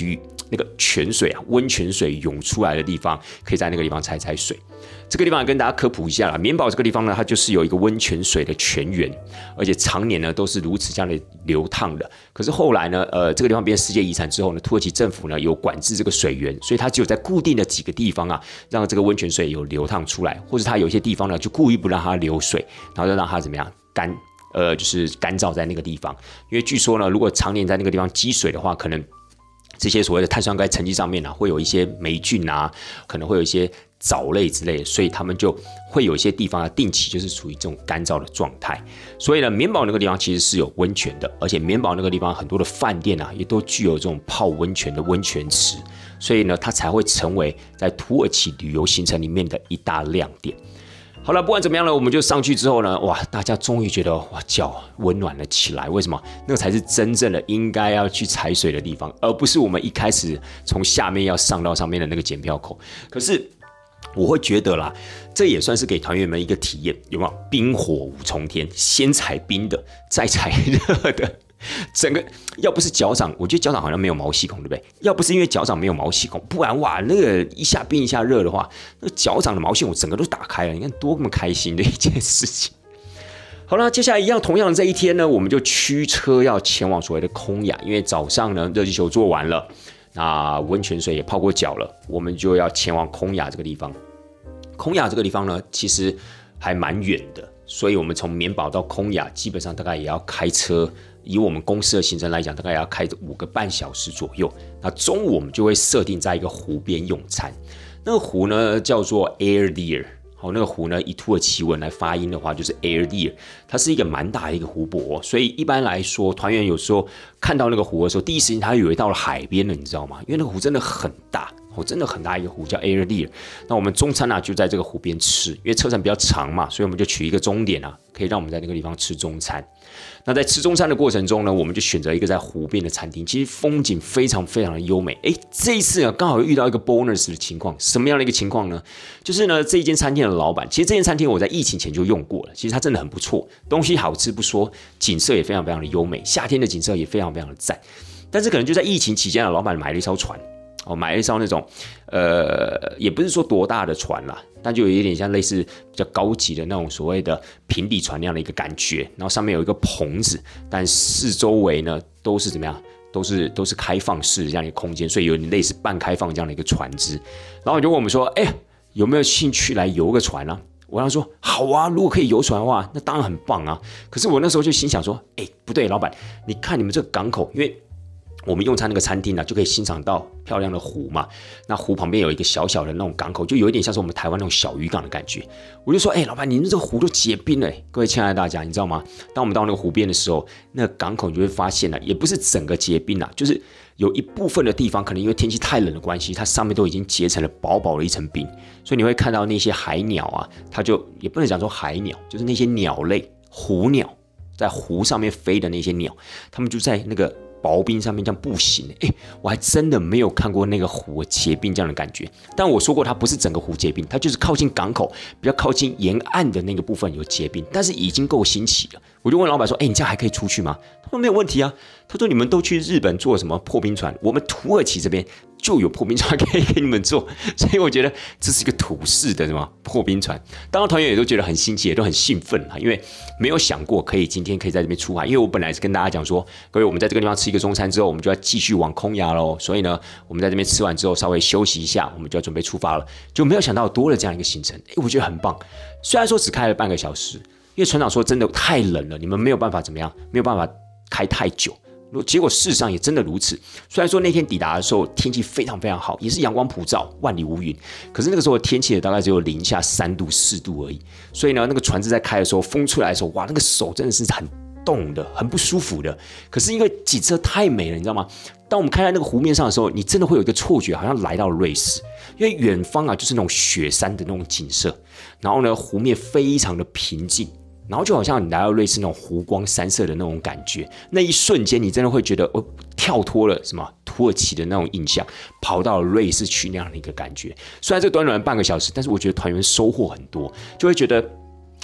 那个泉水啊，温泉水涌出来的地方，可以在那个地方踩踩水。这个地方跟大家科普一下啦，棉堡这个地方呢，它就是有一个温泉水的泉源，而且常年呢都是如此这样的流淌的。可是后来呢，呃，这个地方变成世界遗产之后呢，土耳其政府呢有管制这个水源，所以它只有在固定的几个地方啊，让这个温泉水有流淌出来，或者它有一些地方呢就故意不让它流水，然后就让它怎么样干，呃，就是干燥在那个地方。因为据说呢，如果常年在那个地方积水的话，可能这些所谓的碳酸钙沉积上面啊，会有一些霉菌啊，可能会有一些藻类之类的，所以他们就会有一些地方啊，定期就是处于这种干燥的状态。所以呢，棉堡那个地方其实是有温泉的，而且棉堡那个地方很多的饭店啊，也都具有这种泡温泉的温泉池，所以呢，它才会成为在土耳其旅游行程里面的一大亮点。好了，不管怎么样呢，我们就上去之后呢，哇，大家终于觉得哇脚温暖了起来。为什么？那个才是真正的应该要去踩水的地方，而不是我们一开始从下面要上到上面的那个检票口。可是我会觉得啦，这也算是给团员们一个体验，有没有？冰火五重天，先踩冰的，再踩热的。整个要不是脚掌，我觉得脚掌好像没有毛细孔，对不对？要不是因为脚掌没有毛细孔，不然哇，那个一下冰一下热的话，那个脚掌的毛细孔整个都打开了，你看多么开心的一件事情。好了，接下来一样同样的这一天呢，我们就驱车要前往所谓的空雅，因为早上呢热气球做完了，那温泉水也泡过脚了，我们就要前往空雅这个地方。空雅这个地方呢，其实还蛮远的，所以我们从棉堡到空雅，基本上大概也要开车。以我们公司的行程来讲，大概要开五个半小时左右。那中午我们就会设定在一个湖边用餐，那个湖呢叫做 Erdire。好，那个湖呢以土耳其文来发音的话，就是 Erdire。它是一个蛮大的一个湖泊，所以一般来说，团员有时候看到那个湖的时候，第一时间他以为到了海边了，你知道吗？因为那个湖真的很大。哦，真的很大一个湖叫 Erdire。那我们中餐啊就在这个湖边吃，因为车程比较长嘛，所以我们就取一个终点啊，可以让我们在那个地方吃中餐。那在吃中餐的过程中呢，我们就选择一个在湖边的餐厅，其实风景非常非常的优美。哎，这一次啊刚好遇到一个 bonus 的情况，什么样的一个情况呢？就是呢这一间餐厅的老板，其实这间餐厅我在疫情前就用过了，其实它真的很不错，东西好吃不说，景色也非常非常的优美，夏天的景色也非常非常的赞。但是可能就在疫情期间啊，老板买了一艘船。哦，买了一艘那种，呃，也不是说多大的船啦，但就有一点像类似比较高级的那种所谓的平底船那样的一个感觉。然后上面有一个棚子，但四周围呢都是怎么样？都是都是开放式的这样的一个空间，所以有点类似半开放这样的一个船只。然后就问我们说，哎、欸，有没有兴趣来游个船啊？我跟他说好啊，如果可以游船的话，那当然很棒啊。可是我那时候就心想说，哎、欸，不对，老板，你看你们这个港口，因为我们用餐那个餐厅呢、啊，就可以欣赏到漂亮的湖嘛。那湖旁边有一个小小的那种港口，就有一点像是我们台湾那种小渔港的感觉。我就说，哎、欸，老板，你们这个湖都结冰了、欸。各位亲爱的大家，你知道吗？当我们到那个湖边的时候，那个港口你就会发现呢、啊，也不是整个结冰啊，就是有一部分的地方，可能因为天气太冷的关系，它上面都已经结成了薄薄的一层冰，所以你会看到那些海鸟啊，它就也不能讲说海鸟，就是那些鸟类，湖鸟在湖上面飞的那些鸟，它们就在那个薄冰上面这样步行，哎，我还真的没有看过那个湖结冰这样的感觉。但我说过，它不是整个湖结冰，它就是靠近港口、比较靠近沿岸的那个部分有结冰，但是已经够新奇了。我就问老板说：“哎，你这样还可以出去吗？”他说：“没有问题啊。”他说：“你们都去日本做什么破冰船？我们土耳其这边就有破冰船可以给你们做。”所以我觉得这是一个土式的什么破冰船。当然，团员也都觉得很新奇，也都很兴奋啊，因为没有想过可以今天可以在这边出海。因为我本来是跟大家讲说，各位，我们在这个地方吃一个中餐之后，我们就要继续往空雅喽。所以呢，我们在这边吃完之后稍微休息一下，我们就要准备出发了。就没有想到多了这样一个行程，哎，我觉得很棒。虽然说只开了半个小时。因为船长说真的太冷了，你们没有办法怎么样，没有办法开太久。结果事实上也真的如此。虽然说那天抵达的时候天气非常非常好，也是阳光普照，万里无云，可是那个时候的天气大概只有零下三度四度而已。所以呢，那个船只在开的时候，风出来的时候，哇，那个手真的是很冻的，很不舒服的。可是因为景色太美了，你知道吗？当我们开在那个湖面上的时候，你真的会有一个错觉，好像来到了瑞士，因为远方啊就是那种雪山的那种景色，然后呢，湖面非常的平静。然后就好像你来到瑞士那种湖光山色的那种感觉，那一瞬间你真的会觉得，我跳脱了什么土耳其的那种印象，跑到了瑞士去那样的一个感觉。虽然这短短的半个小时，但是我觉得团员收获很多，就会觉得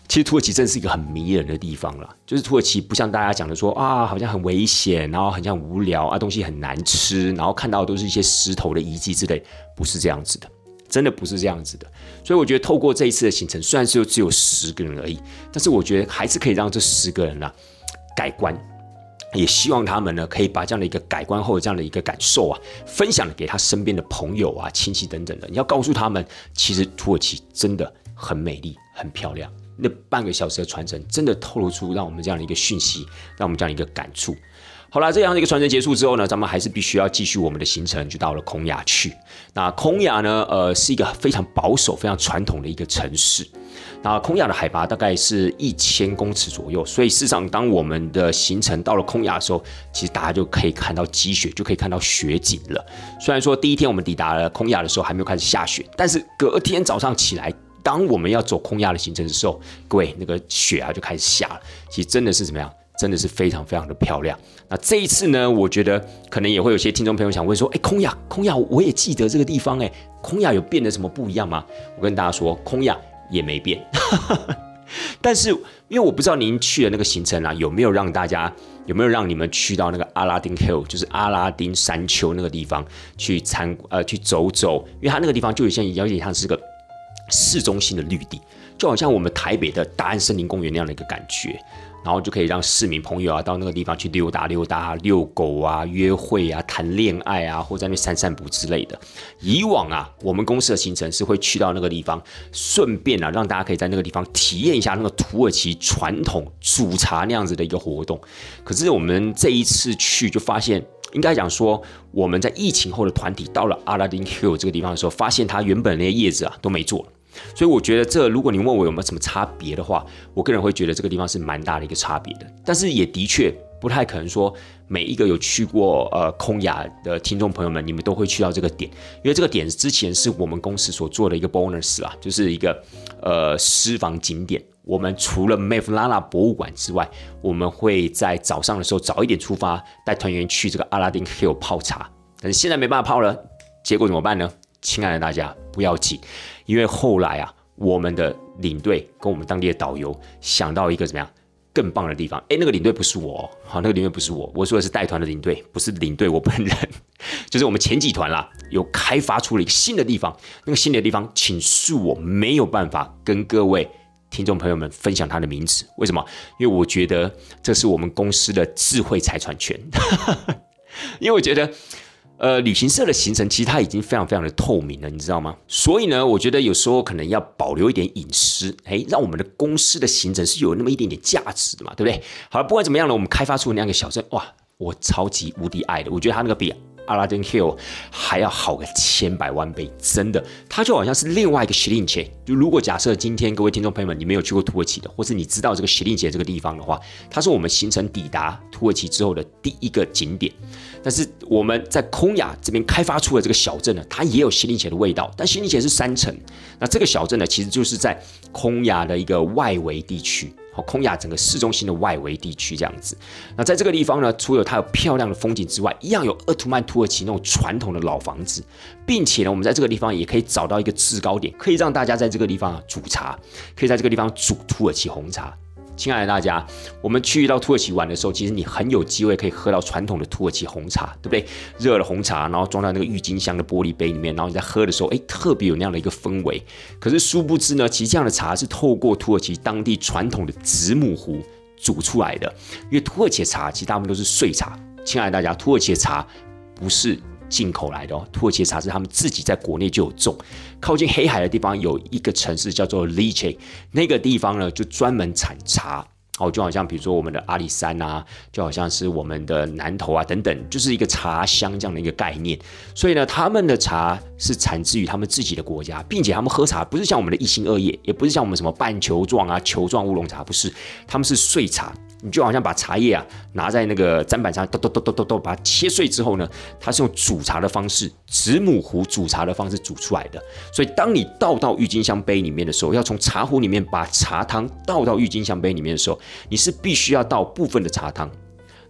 其实土耳其真的是一个很迷人的地方啦，就是土耳其不像大家讲的说啊，好像很危险，然后很像无聊啊，东西很难吃，然后看到的都是一些石头的遗迹之类，不是这样子的，真的不是这样子的。所以我觉得透过这一次的行程，虽然是只有十个人而已，但是我觉得还是可以让这十个人啊改观。也希望他们呢，可以把这样的一个改观后的这样的一个感受啊，分享给他身边的朋友啊、亲戚等等的。你要告诉他们，其实土耳其真的很美丽、很漂亮。那半个小时的传承，真的透露出让我们这样的一个讯息，让我们这样的一个感触。好啦，这样的一个传承结束之后呢，咱们还是必须要继续我们的行程，就到了孔雅去。那孔雅呢，呃，是一个非常保守、非常传统的一个城市。那孔雅的海拔大概是一千公尺左右，所以事实上，当我们的行程到了孔雅的时候，其实大家就可以看到积雪，就可以看到雪景了。虽然说第一天我们抵达了孔雅的时候还没有开始下雪，但是隔天早上起来，当我们要走孔雅的行程的时候，各位那个雪啊就开始下了。其实真的是怎么样？真的是非常非常的漂亮。那这一次呢，我觉得可能也会有些听众朋友想问说，哎，孔雅，孔雅，我也记得这个地方，哎，孔雅有变得什么不一样吗？我跟大家说，孔雅也没变。但是因为我不知道您去的那个行程啊，有没有让大家有没有让你们去到那个阿拉丁 Hill， 就是阿拉丁山丘那个地方去参呃去走走，因为它那个地方就有些有点像是个市中心的绿地，就好像我们台北的大安森林公园那样的一个感觉。然后就可以让市民朋友啊到那个地方去溜达溜达、遛狗啊、约会啊、谈恋爱啊，或在那边散散步之类的。以往啊，我们公司的行程是会去到那个地方，顺便啊让大家可以在那个地方体验一下那个土耳其传统煮茶那样子的一个活动。可是我们这一次去就发现，应该讲说我们在疫情后的团体到了阿拉丁 Hill 这个地方的时候，发现它原本那些叶子啊都没做了。所以我觉得这，如果你问我有没有什么差别的话，我个人会觉得这个地方是蛮大的一个差别的。但是也的确不太可能说每一个有去过呃孔雅的听众朋友们，你们都会去到这个点，因为这个点之前是我们公司所做的一个 bonus 啦，就是一个呃私房景点。我们除了 Mevlana 博物馆之外，我们会在早上的时候早一点出发，带团员去这个阿拉丁 Hill 泡茶。但是现在没办法泡了，结果怎么办呢？亲爱的大家，不要急，因为后来啊，我们的领队跟我们当地的导游想到一个怎么样更棒的地方。哎，那个领队不是我，好，那个领队不是我，我说的是带团的领队，不是领队我本人。就是我们前几团啦，有开发出了一个新的地方，那个新的地方，请恕我没有办法跟各位听众朋友们分享它的名字。为什么？因为我觉得这是我们公司的智慧财产权。因为我觉得。呃，旅行社的行程其实它已经非常非常的透明了，你知道吗？所以呢，我觉得有时候可能要保留一点隐私，哎，让我们的公司的行程是有那么一点点价值的嘛，对不对？好了，不管怎么样呢，我们开发出那样一个小镇，哇，我超级无敌爱的，我觉得它那个比阿拉丁 Hill 还要好个千百万倍，真的，它就好像是另外一个席林杰。就如果假设今天各位听众朋友们，你没有去过土耳其的，或是你知道这个席林杰这个地方的话，它是我们行程抵达土耳其之后的第一个景点。但是我们在孔雅这边开发出的这个小镇呢，它也有席林杰的味道，但席林杰是山城，那这个小镇呢，其实就是在孔雅的一个外围地区。好，孔雅整个市中心的外围地区这样子。那在这个地方呢，除了它有漂亮的风景之外，一样有鄂图曼土耳其那种传统的老房子，并且呢，我们在这个地方也可以找到一个制高点，可以让大家在这个地方煮茶，可以在这个地方煮土耳其红茶。亲爱的大家，我们去到土耳其玩的时候，其实你很有机会可以喝到传统的土耳其红茶，对不对？热的红茶，然后装在那个郁金香的玻璃杯里面，然后你在喝的时候，哎，特别有那样的一个氛围。可是殊不知呢，其实这样的茶是透过土耳其当地传统的子母壶煮出来的。因为土耳其的茶其实大部分都是碎茶。亲爱的大家，土耳其的茶不是进口来的哦，土耳其的茶是他们自己在国内就有种。靠近黑海的地方有一个城市叫做 Lice， 那个地方呢就专门产茶。哦，就好像比如说我们的阿里山啊，就好像是我们的南投啊等等，就是一个茶乡这样的一个概念。所以呢，他们的茶是产自于他们自己的国家，并且他们喝茶不是像我们的一心二叶，也不是像我们什么半球状啊、球状乌龙茶，不是，他们是碎茶。你就好像把茶叶啊拿在那个砧板上，咚咚咚咚咚咚，把它切碎之后呢，它是用煮茶的方式，子母壶煮茶的方式煮出来的。所以当你倒到郁金香杯里面的时候，要从茶壶里面把茶汤倒到郁金香杯里面的时候，你是必须要倒部分的茶汤，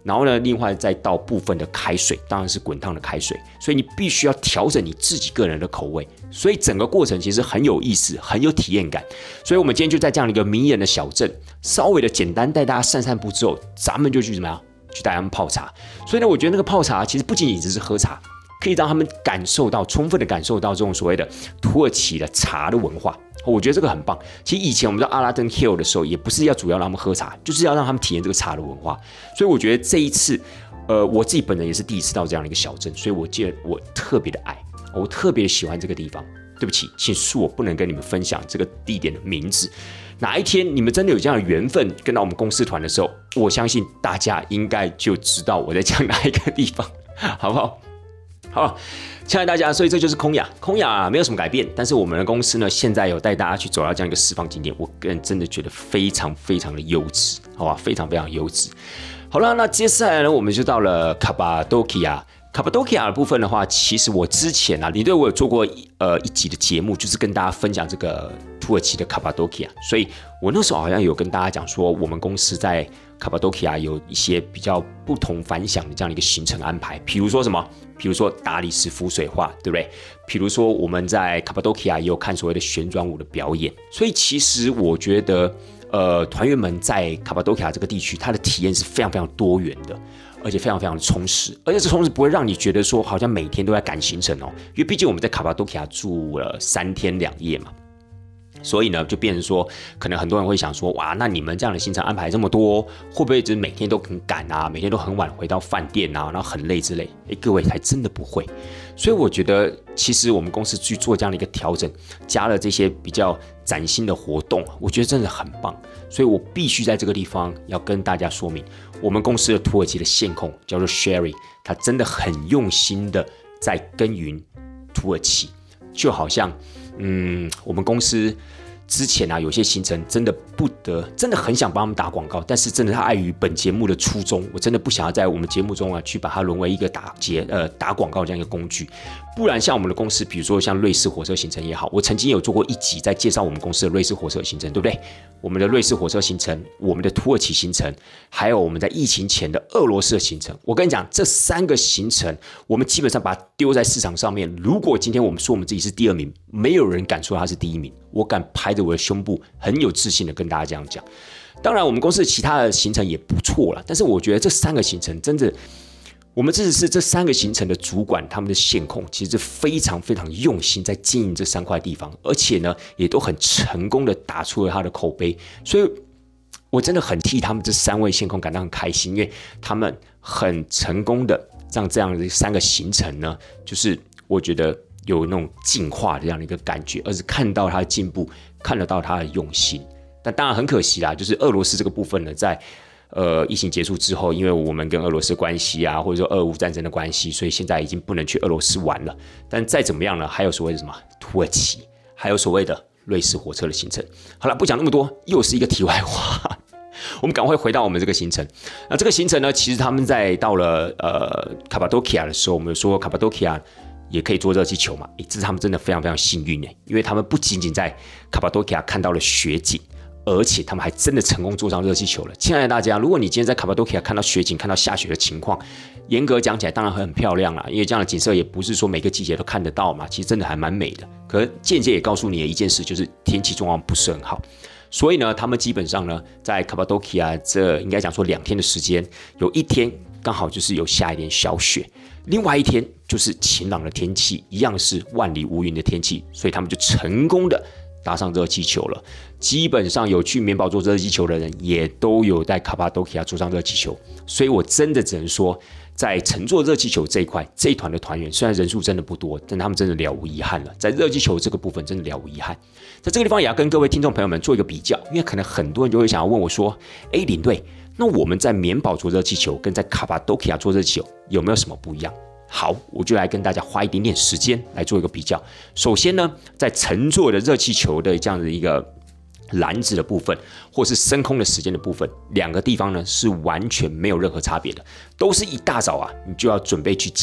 然后呢，另外再倒部分的开水，当然是滚烫的开水，所以你必须要调整你自己个人的口味，所以整个过程其实很有意思，很有体验感。所以我们今天就在这样的一个迷人的小镇，稍微的简单带大家散散步之后，咱们就去怎么样？去带他们泡茶。所以呢，我觉得那个泡茶其实不仅仅只是喝茶，可以让他们感受到，充分的感受到这种所谓的土耳其的茶的文化。我觉得这个很棒。其实以前我们到阿拉登 Hill 的时候，也不是要主要让他们喝茶，就是要让他们体验这个茶的文化。所以我觉得这一次，呃，我自己本人也是第一次到这样的一个小镇，所以我记得我特别的爱，我特别喜欢这个地方。对不起，请恕我不能跟你们分享这个地点的名字。哪一天你们真的有这样的缘分跟到我们公司团的时候，我相信大家应该就知道我在讲哪一个地方，好不好？好，亲爱的大家，所以这就是空雅。空雅没有什么改变，但是我们的公司呢，现在有带大家去走到这样一个私房景点，我个人真的觉得非常非常的优质，好吧，非常非常优质。好了，那接下来呢，我们就到了卡巴多基亚。卡巴多基亚的部分的话，其实我之前啊，你对我有做过呃一集的节目，就是跟大家分享这个土耳其的卡巴多基亚，所以我那时候好像有跟大家讲说，我们公司在卡巴多基亚有一些比较不同凡响的这样的一个行程安排，比如说什么，比如说大理石浮水画，对不对？比如说我们在卡巴多基亚也有看所谓的旋转舞的表演，所以其实我觉得，呃，团员们在卡巴多基亚这个地区，它的体验是非常非常多元的。而且非常非常的充实，而且这充实不会让你觉得说好像每天都在赶行程哦，因为毕竟我们在卡巴多基亚住了三天两夜嘛，所以呢就变成说，可能很多人会想说，哇，那你们这样的行程安排这么多，会不会就是每天都很赶啊，每天都很晚回到饭店啊，然后很累之类？哎，各位还真的不会。所以我觉得，其实我们公司去做这样的一个调整，加了这些比较崭新的活动，我觉得真的很棒。所以我必须在这个地方要跟大家说明，我们公司的土耳其的线控叫做 Sherry， 他真的很用心的在耕耘土耳其，就好像，嗯，我们公司之前啊，有些行程真的不得，真的很想帮他们打广告，但是真的他碍于本节目的初衷，我真的不想要在我们节目中啊去把它沦为一个打节呃打广告这样一个工具。不然像我们的公司，比如说像瑞士火车行程也好，我曾经有做过一集在介绍我们公司的瑞士火车行程，对不对？我们的瑞士火车行程，我们的土耳其行程，还有我们在疫情前的俄罗斯的行程。我跟你讲，这三个行程，我们基本上把它丢在市场上面。如果今天我们说我们自己是第二名，没有人敢说他是第一名。我敢拍着我的胸部，很有自信的跟大家这样讲。当然，我们公司其他的行程也不错啦，但是我觉得这三个行程真的。我们这是这三个行程的主管，他们的线控其实非常非常用心在经营这三块地方，而且呢，也都很成功的打出了他的口碑，所以我真的很替他们这三位线控感到很开心，因为他们很成功的让这样的三个行程呢，就是我觉得有那种进化的这样的一个感觉，而是看到他的进步，看得到他的用心。但当然很可惜啦，就是俄罗斯这个部分呢，在呃，疫情结束之后，因为我们跟俄罗斯关系啊，或者说俄乌战争的关系，所以现在已经不能去俄罗斯玩了。但再怎么样呢，还有所谓的什么土耳其，还有所谓的瑞士火车的行程。好了，不讲那么多，又是一个题外话。我们赶快回到我们这个行程。那这个行程呢，其实他们在到了呃卡巴多基亚的时候，我们有说卡巴多基亚也可以坐热气球嘛，诶，这是他们真的非常非常幸运耶，因为他们不仅仅在卡巴多基亚看到了雪景。而且他们还真的成功坐上热气球了。亲爱的大家，如果你今天在卡巴多基亚看到雪景、看到下雪的情况，严格讲起来当然会很漂亮啦，因为这样的景色也不是说每个季节都看得到嘛，其实真的还蛮美的。可是间接也告诉你的一件事，就是天气状况不是很好。所以呢，他们基本上呢，在卡巴多基亚这应该讲说两天的时间，有一天刚好就是有下一点小雪，另外一天就是晴朗的天气，一样是万里无云的天气，所以他们就成功的搭上热气球了。基本上有去棉堡坐热气球的人，也都有在卡巴多基亚坐上热气球。所以我真的只能说，在乘坐热气球这一块，这一团的团员虽然人数真的不多，但他们真的了无遗憾了。在热气球这个部分，真的了无遗憾。在这个地方也要跟各位听众朋友们做一个比较，因为可能很多人就会想要问我说：“哎，领队，那我们在棉堡坐热气球跟在卡巴多基亚坐热气球有没有什么不一样？”好，我就来跟大家花一点点时间来做一个比较。首先呢，在乘坐的热气球的这样的一个篮子的部分，或是升空的时间的部分，两个地方呢是完全没有任何差别的，都是一大早啊，你就要准备去基地，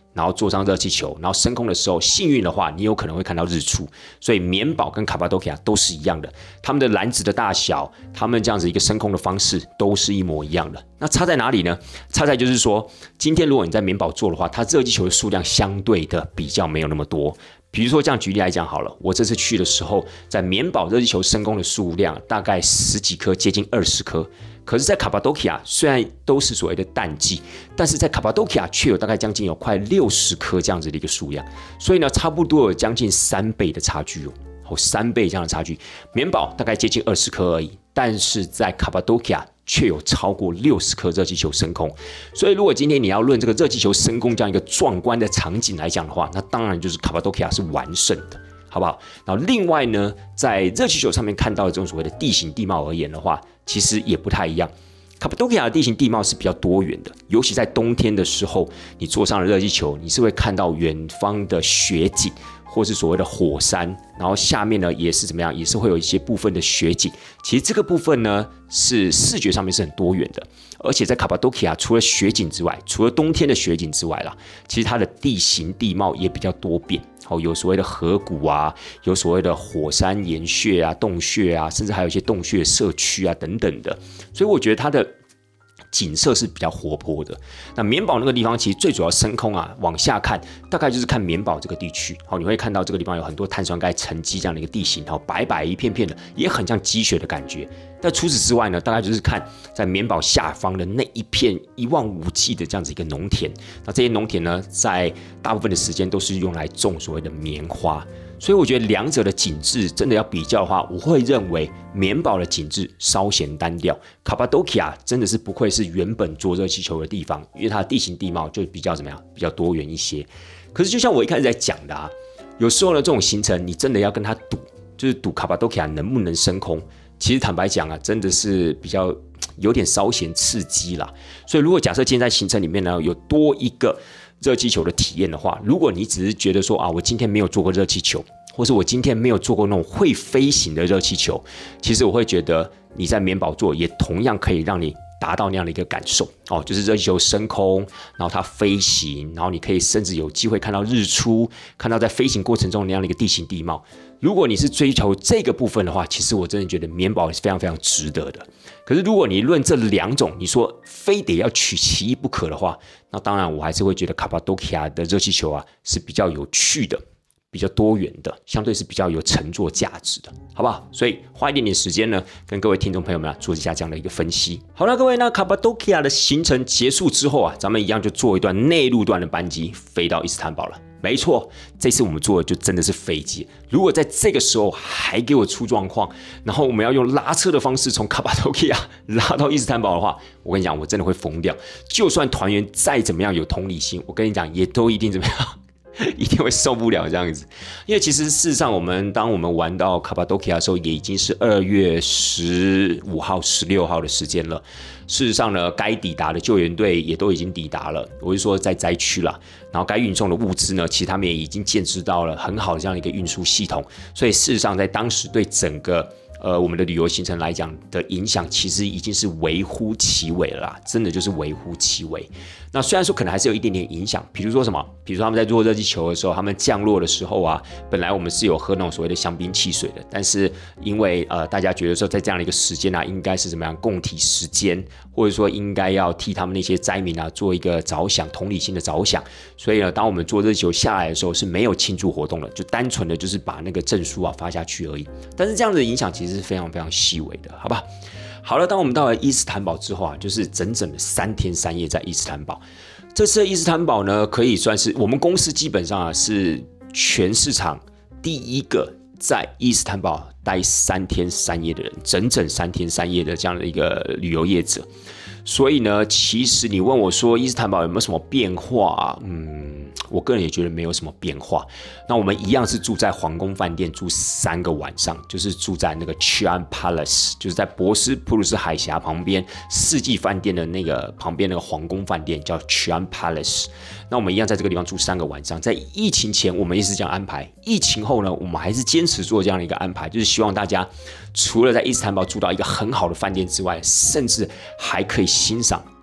然后坐上热气球，然后升空的时候，幸运的话，你有可能会看到日出。所以棉堡跟卡巴多其亚都是一样的，他们的篮子的大小，他们这样子一个升空的方式都是一模一样的。那差在哪里呢？差在就是说，今天如果你在棉堡做的话，它热气球的数量相对的比较没有那么多。比如说这样举例来讲好了，我这次去的时候，在棉堡热气球升空的数量大概十几颗，接近二十颗。可是，在卡巴多其亚虽然都是所谓的淡季，但是在卡巴多其亚却有大概将近有快六十颗这样子的一个数量，所以呢，差不多有将近三倍的差距哦，哦，三倍这样的差距。棉堡大概接近二十颗而已，但是在卡巴多其亚却有超过六十颗热气球升空。所以，如果今天你要论这个热气球升空这样一个壮观的场景来讲的话，那当然就是卡巴多其亚是完胜的。好不好？然后另外呢，在热气球上面看到的这种所谓的地形地貌而言的话，其实也不太一样。卡巴多其亚的地形地貌是比较多元的，尤其在冬天的时候，你坐上了热气球，你是会看到远方的雪景，或是所谓的火山，然后下面呢也是怎么样，也是会有一些部分的雪景。其实这个部分呢，是视觉上面是很多元的。而且在卡巴多其亚，除了雪景之外，除了冬天的雪景之外啦，其实它的地形地貌也比较多变。哦，有所谓的河谷啊，有所谓的火山岩穴啊、洞穴啊，甚至还有一些洞穴社区啊等等的。所以我觉得它的景色是比较活泼的。那棉堡那个地方，其实最主要升空啊，往下看，大概就是看棉堡这个地区。好，你会看到这个地方有很多碳酸钙沉积这样的一个地形，然后白白一片片的，也很像积雪的感觉。但除此之外呢，大概就是看在棉堡下方的那一片一望无际的这样子一个农田。那这些农田呢，在大部分的时间都是用来种所谓的棉花。所以我觉得两者的景致真的要比较的话，我会认为棉堡的景致稍显单调，卡巴多其亚真的是不愧是原本坐热气球的地方，因为它的地形地貌就比较怎么样，比较多元一些。可是就像我一开始在讲的啊，有时候呢这种行程你真的要跟他赌，就是赌卡巴多其亚能不能升空。其实坦白讲啊，真的是比较有点稍显刺激啦。所以如果假设今天在行程里面呢有多一个热气球的体验的话，如果你只是觉得说啊，我今天没有坐过热气球，或是我今天没有坐过那种会飞行的热气球，其实我会觉得你在棉堡坐也同样可以让你达到那样的一个感受哦，就是热气球升空，然后它飞行，然后你可以甚至有机会看到日出，看到在飞行过程中那样的一个地形地貌。如果你是追求这个部分的话，其实我真的觉得棉堡是非常非常值得的。可是如果你论这两种，你说非得要取其一不可的话，那当然我还是会觉得卡巴多其亚的热气球啊是比较有趣的，比较多元的，相对是比较有乘坐价值的，好不好？所以花一点点时间呢，跟各位听众朋友们啊做一下这样的一个分析。好了，各位，那卡巴多其亚的行程结束之后啊，咱们一样就坐一段内陆段的班机飞到伊斯坦堡了。没错，这次我们坐的就真的是飞机。如果在这个时候还给我出状况，然后我们要用拉车的方式从卡巴多其亚拉到伊斯坦堡的话，我跟你讲，我真的会疯掉。就算团员再怎么样有同理心，我跟你讲，也都一定怎么样，一定会受不了这样子。因为其实事实上，我们当我们玩到卡巴多其亚的时候，也已经是二月十五号、十六号的时间了。事实上呢，该抵达的救援队也都已经抵达了，我是说在灾区啦。然后该运送的物资呢，其实他们也已经建置到了很好的这样一个运输系统。所以事实上，在当时对整个呃我们的旅游行程来讲的影响，其实已经是微乎其微了啦，真的就是微乎其微。那虽然说可能还是有一点点影响，比如说什么，比如说他们在坐热气球的时候，他们降落的时候啊，本来我们是有喝那种所谓的香槟汽水的，但是因为呃大家觉得说在这样的一个时间啊，应该是怎么样共体时间，或者说应该要替他们那些灾民啊做一个着想，同理心的着想，所以呢，当我们坐热气球下来的时候是没有庆祝活动的，就单纯的就是把那个证书啊发下去而已。但是这样的影响其实是非常非常细微的，好吧？好了，当我们到了伊斯坦堡之后啊，就是整整的三天三夜在伊斯坦堡。这次的伊斯坦堡呢，可以算是我们公司基本上啊是全市场第一个在伊斯坦堡待三天三夜的人，整整三天三夜的这样的一个旅游业者。所以呢，其实你问我说伊斯坦堡有没有什么变化啊？嗯，我个人也觉得没有什么变化。那我们一样是住在皇宫饭店住三个晚上，就是住在那个 Chian Palace， 就是在博斯普鲁斯海峡旁边世纪饭店的那个旁边那个皇宫饭店叫 Chian Palace。那我们一样在这个地方住三个晚上。在疫情前我们也是这样安排，疫情后呢，我们还是坚持做这样的一个安排，就是希望大家除了在伊斯坦堡住到一个很好的饭店之外，甚至还可以欣赏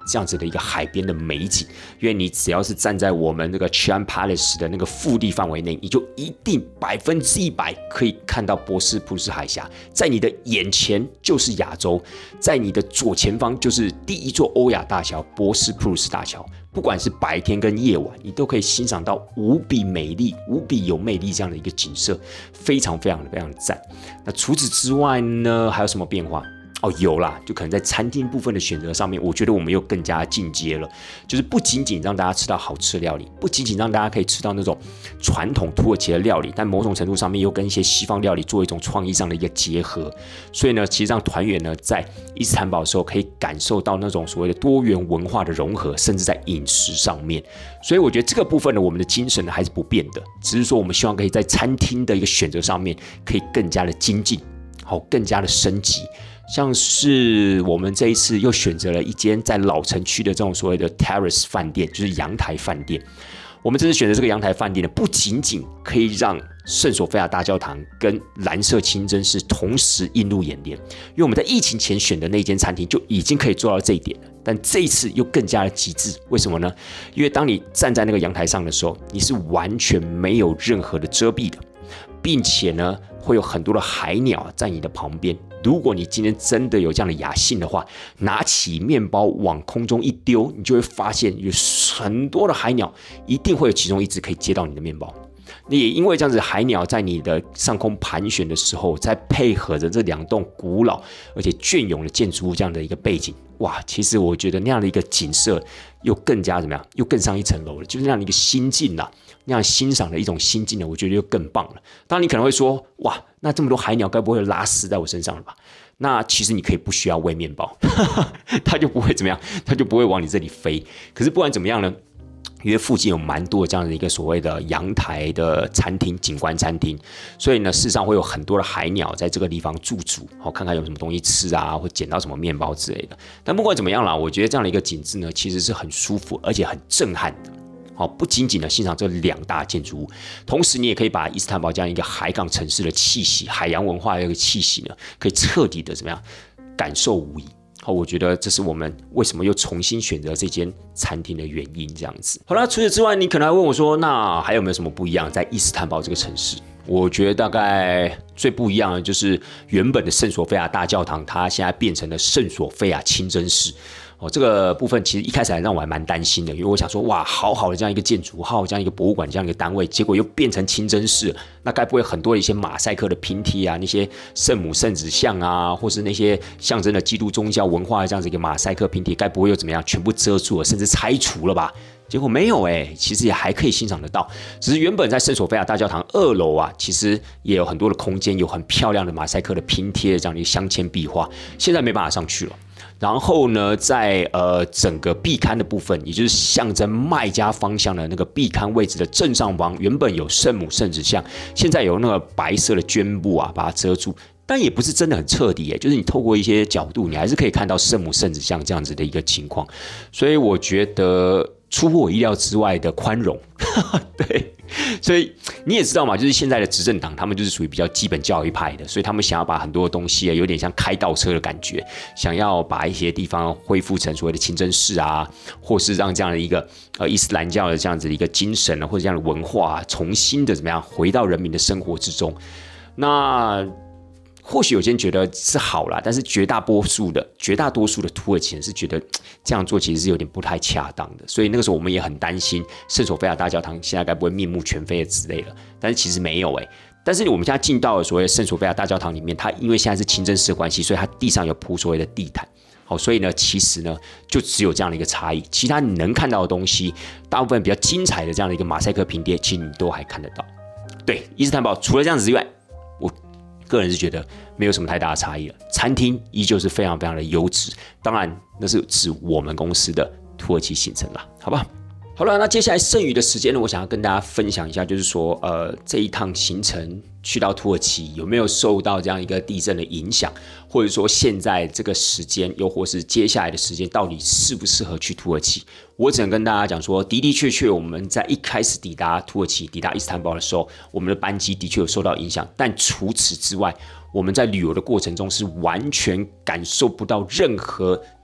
这样子的一个海边的美景，因为你只要是站在我们这个 Chiang Palace 的那个腹地范围内，你就一定百分之一百可以看到博斯普鲁斯海峡，在你的眼前就是亚洲，在你的左前方就是第一座欧亚大桥博斯普鲁斯大桥。不管是白天跟夜晚，你都可以欣赏到无比美丽、无比有魅力这样的一个景色，非常非常的非常的赞。那除此之外呢，还有什么变化？哦，有啦，就可能在餐厅部分的选择上面，我觉得我们又更加进阶了。就是不仅仅让大家吃到好吃的料理，不仅仅让大家可以吃到那种传统土耳其的料理，但某种程度上面又跟一些西方料理做一种创意上的一个结合。所以呢，其实让团员呢在伊斯坦堡的时候，可以感受到那种所谓的多元文化的融合，甚至在饮食上面。所以我觉得这个部分呢，我们的精神呢还是不变的，只是说我们希望可以在餐厅的一个选择上面，可以更加的精进，好，更加的升级。像是我们这一次又选择了一间在老城区的这种所谓的 terrace 饭店，就是阳台饭店。我们这次选择这个阳台饭店呢，不仅仅可以让圣索菲亚大教堂跟蓝色清真寺同时映入眼帘，因为我们在疫情前选的那间餐厅就已经可以做到这一点了。但这一次又更加的极致，为什么呢？因为当你站在那个阳台上的时候，你是完全没有任何的遮蔽的，并且呢，会有很多的海鸟在你的旁边。如果你今天真的有这样的雅兴的话，拿起面包往空中一丢，你就会发现有很多的海鸟，一定会有其中一只可以接到你的面包。那也因为这样子，海鸟在你的上空盘旋的时候，再配合着这两栋古老而且隽永的建筑物这样的一个背景，哇，其实我觉得那样的一个景色又更加怎么样，又更上一层楼了，就是那样的一个心境啦，那样欣赏的一种心境呢，我觉得又更棒了。当然你可能会说，哇，那这么多海鸟该不会拉屎在我身上了吧？那其实你可以不需要喂面包，它就不会怎么样，它就不会往你这里飞。可是不管怎么样呢，因为附近有蛮多这样的一个所谓的阳台的餐厅、景观餐厅，所以呢，事实上会有很多的海鸟在这个地方驻足，好看看有什么东西吃啊，或捡到什么面包之类的。但不管怎么样啦，我觉得这样的一个景致呢，其实是很舒服而且很震撼的。好，不仅仅的欣赏这两大建筑物，同时你也可以把伊斯坦堡这样一个海港城市的气息、海洋文化的一个气息呢，可以彻底的怎么样感受无疑。好，我觉得这是我们为什么又重新选择这间餐厅的原因，这样子。好了，除此之外，你可能还问我说，那还有没有什么不一样在伊斯坦堡这个城市？我觉得大概最不一样的就是原本的圣索菲亚大教堂，它现在变成了圣索菲亚清真寺。哦，这个部分其实一开始还让我还蛮担心的，因为我想说，哇，好好的这样一个建筑，好好这样一个博物馆，这样一个单位，结果又变成清真寺，那该不会很多的一些马赛克的拼贴啊，那些圣母圣子像啊，或是那些象征的基督宗教文化的这样子一个马赛克拼贴，该不会又怎么样，全部遮住了，甚至拆除了吧？结果没有哎、欸，其实也还可以欣赏得到。只是原本在圣索菲亚大教堂二楼啊，其实也有很多的空间，有很漂亮的马赛克的拼贴，这样的镶嵌壁画，现在没办法上去了。然后呢，在呃整个壁龛的部分，也就是象征卖家方向的那个壁龛位置的正上方，原本有圣母圣子像，现在有那个白色的绢布啊，把它遮住。但也不是真的很彻底耶，就是你透过一些角度，你还是可以看到圣母圣子像这样子的一个情况。所以我觉得出乎我意料之外的宽容，对。所以你也知道嘛，就是现在的执政党，他们就是属于比较基本教育派的，所以他们想要把很多东西有点像开倒车的感觉，想要把一些地方恢复成所谓的清真寺啊，或是让这样的一个呃伊斯兰教的这样子的一个精神啊，或者这样的文化、啊、重新的怎么样回到人民的生活之中。那或许有些人觉得是好啦，但是绝大多数的绝大多数的土耳其人是觉得这样做其实是有点不太恰当的，所以那个时候我们也很担心圣索菲亚大教堂现在该不会面目全非的之类的，但是其实没有哎、欸。但是我们现在进到了所谓圣索菲亚大教堂里面，它因为现在是清真寺的关系，所以它地上有铺所谓的地毯。好，所以呢，其实呢，就只有这样的一个差异，其他你能看到的东西，大部分比较精彩的这样的一个马赛克拼贴，其实你都还看得到。对，伊斯坦堡除了这样子之外，我个人是觉得没有什么太大的差异了，餐厅依旧是非常非常的优质，当然那是指我们公司的土耳其行程啦，好吧？好了，那接下来剩余的时间呢，我想要跟大家分享一下，就是说，呃，这一趟行程去到土耳其有没有受到这样一个地震的影响，或者说现在这个时间，又或是接下来的时间，到底适不适合去土耳其？我只能跟大家讲说，的的确确，我们在一开始抵达土耳其、抵达伊斯坦堡的时候，我们的班机的确有受到影响，但除此之外，我们在旅游的过程中是完全感受不到任何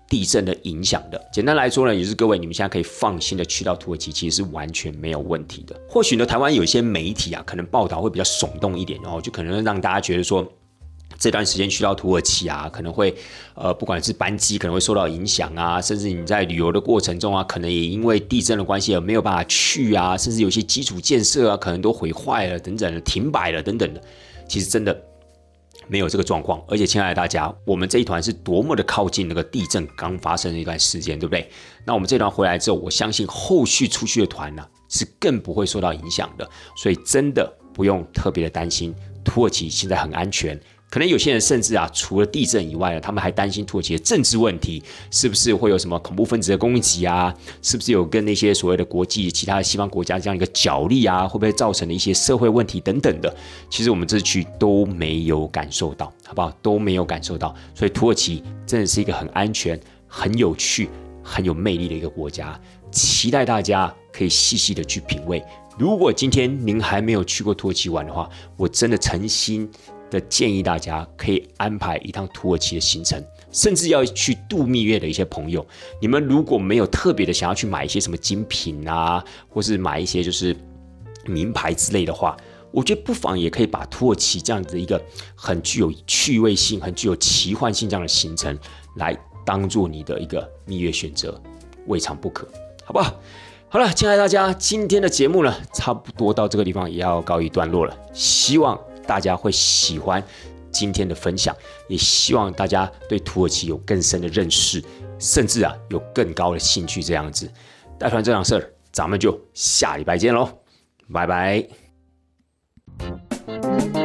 地震的影响的。简单来说呢，也是各位你们现在可以放心的去到土耳其，其实是完全没有问题的。或许呢，台湾有一些媒体啊，可能报道会比较耸动一点，然后就可能让大家觉得说，这段时间去到土耳其啊，可能会呃，不管是班机可能会受到影响啊，甚至你在旅游的过程中啊，可能也因为地震的关系而没有办法去啊，甚至有些基础建设啊，可能都毁坏了等等的，停摆了等等的。其实真的没有这个状况，而且亲爱的大家，我们这一团是多么的靠近那个地震刚发生的一段时间，对不对？那我们这团回来之后，我相信后续出去的团呢、啊、是更不会受到影响的，所以真的不用特别的担心，土耳其现在很安全。可能有些人甚至啊，除了地震以外呢，他们还担心土耳其的政治问题，是不是会有什么恐怖分子的攻击啊？是不是有跟那些所谓的国际其他的西方国家这样一个角力啊？会不会造成的一些社会问题等等的？其实我们这次去都没有感受到，好不好？都没有感受到，所以土耳其真的是一个很安全、很有趣、很有魅力的一个国家，期待大家可以细细的去品味。如果今天您还没有去过土耳其玩的话，我真的诚心的建议大家可以安排一趟土耳其的行程，甚至要去度蜜月的一些朋友，你们如果没有特别的想要去买一些什么精品啊，或是买一些就是名牌之类的话，我觉得不妨也可以把土耳其这样子一个很具有趣味性、很具有奇幻性这样的行程来当做你的一个蜜月选择，未尝不可，好不好？好了，亲爱的大家，今天的节目呢，差不多到这个地方也要告一段落了。希望大家会喜欢今天的分享，也希望大家对土耳其有更深的认识，甚至啊有更高的兴趣。这样子，带团这档事儿，咱们就下礼拜见喽，拜拜。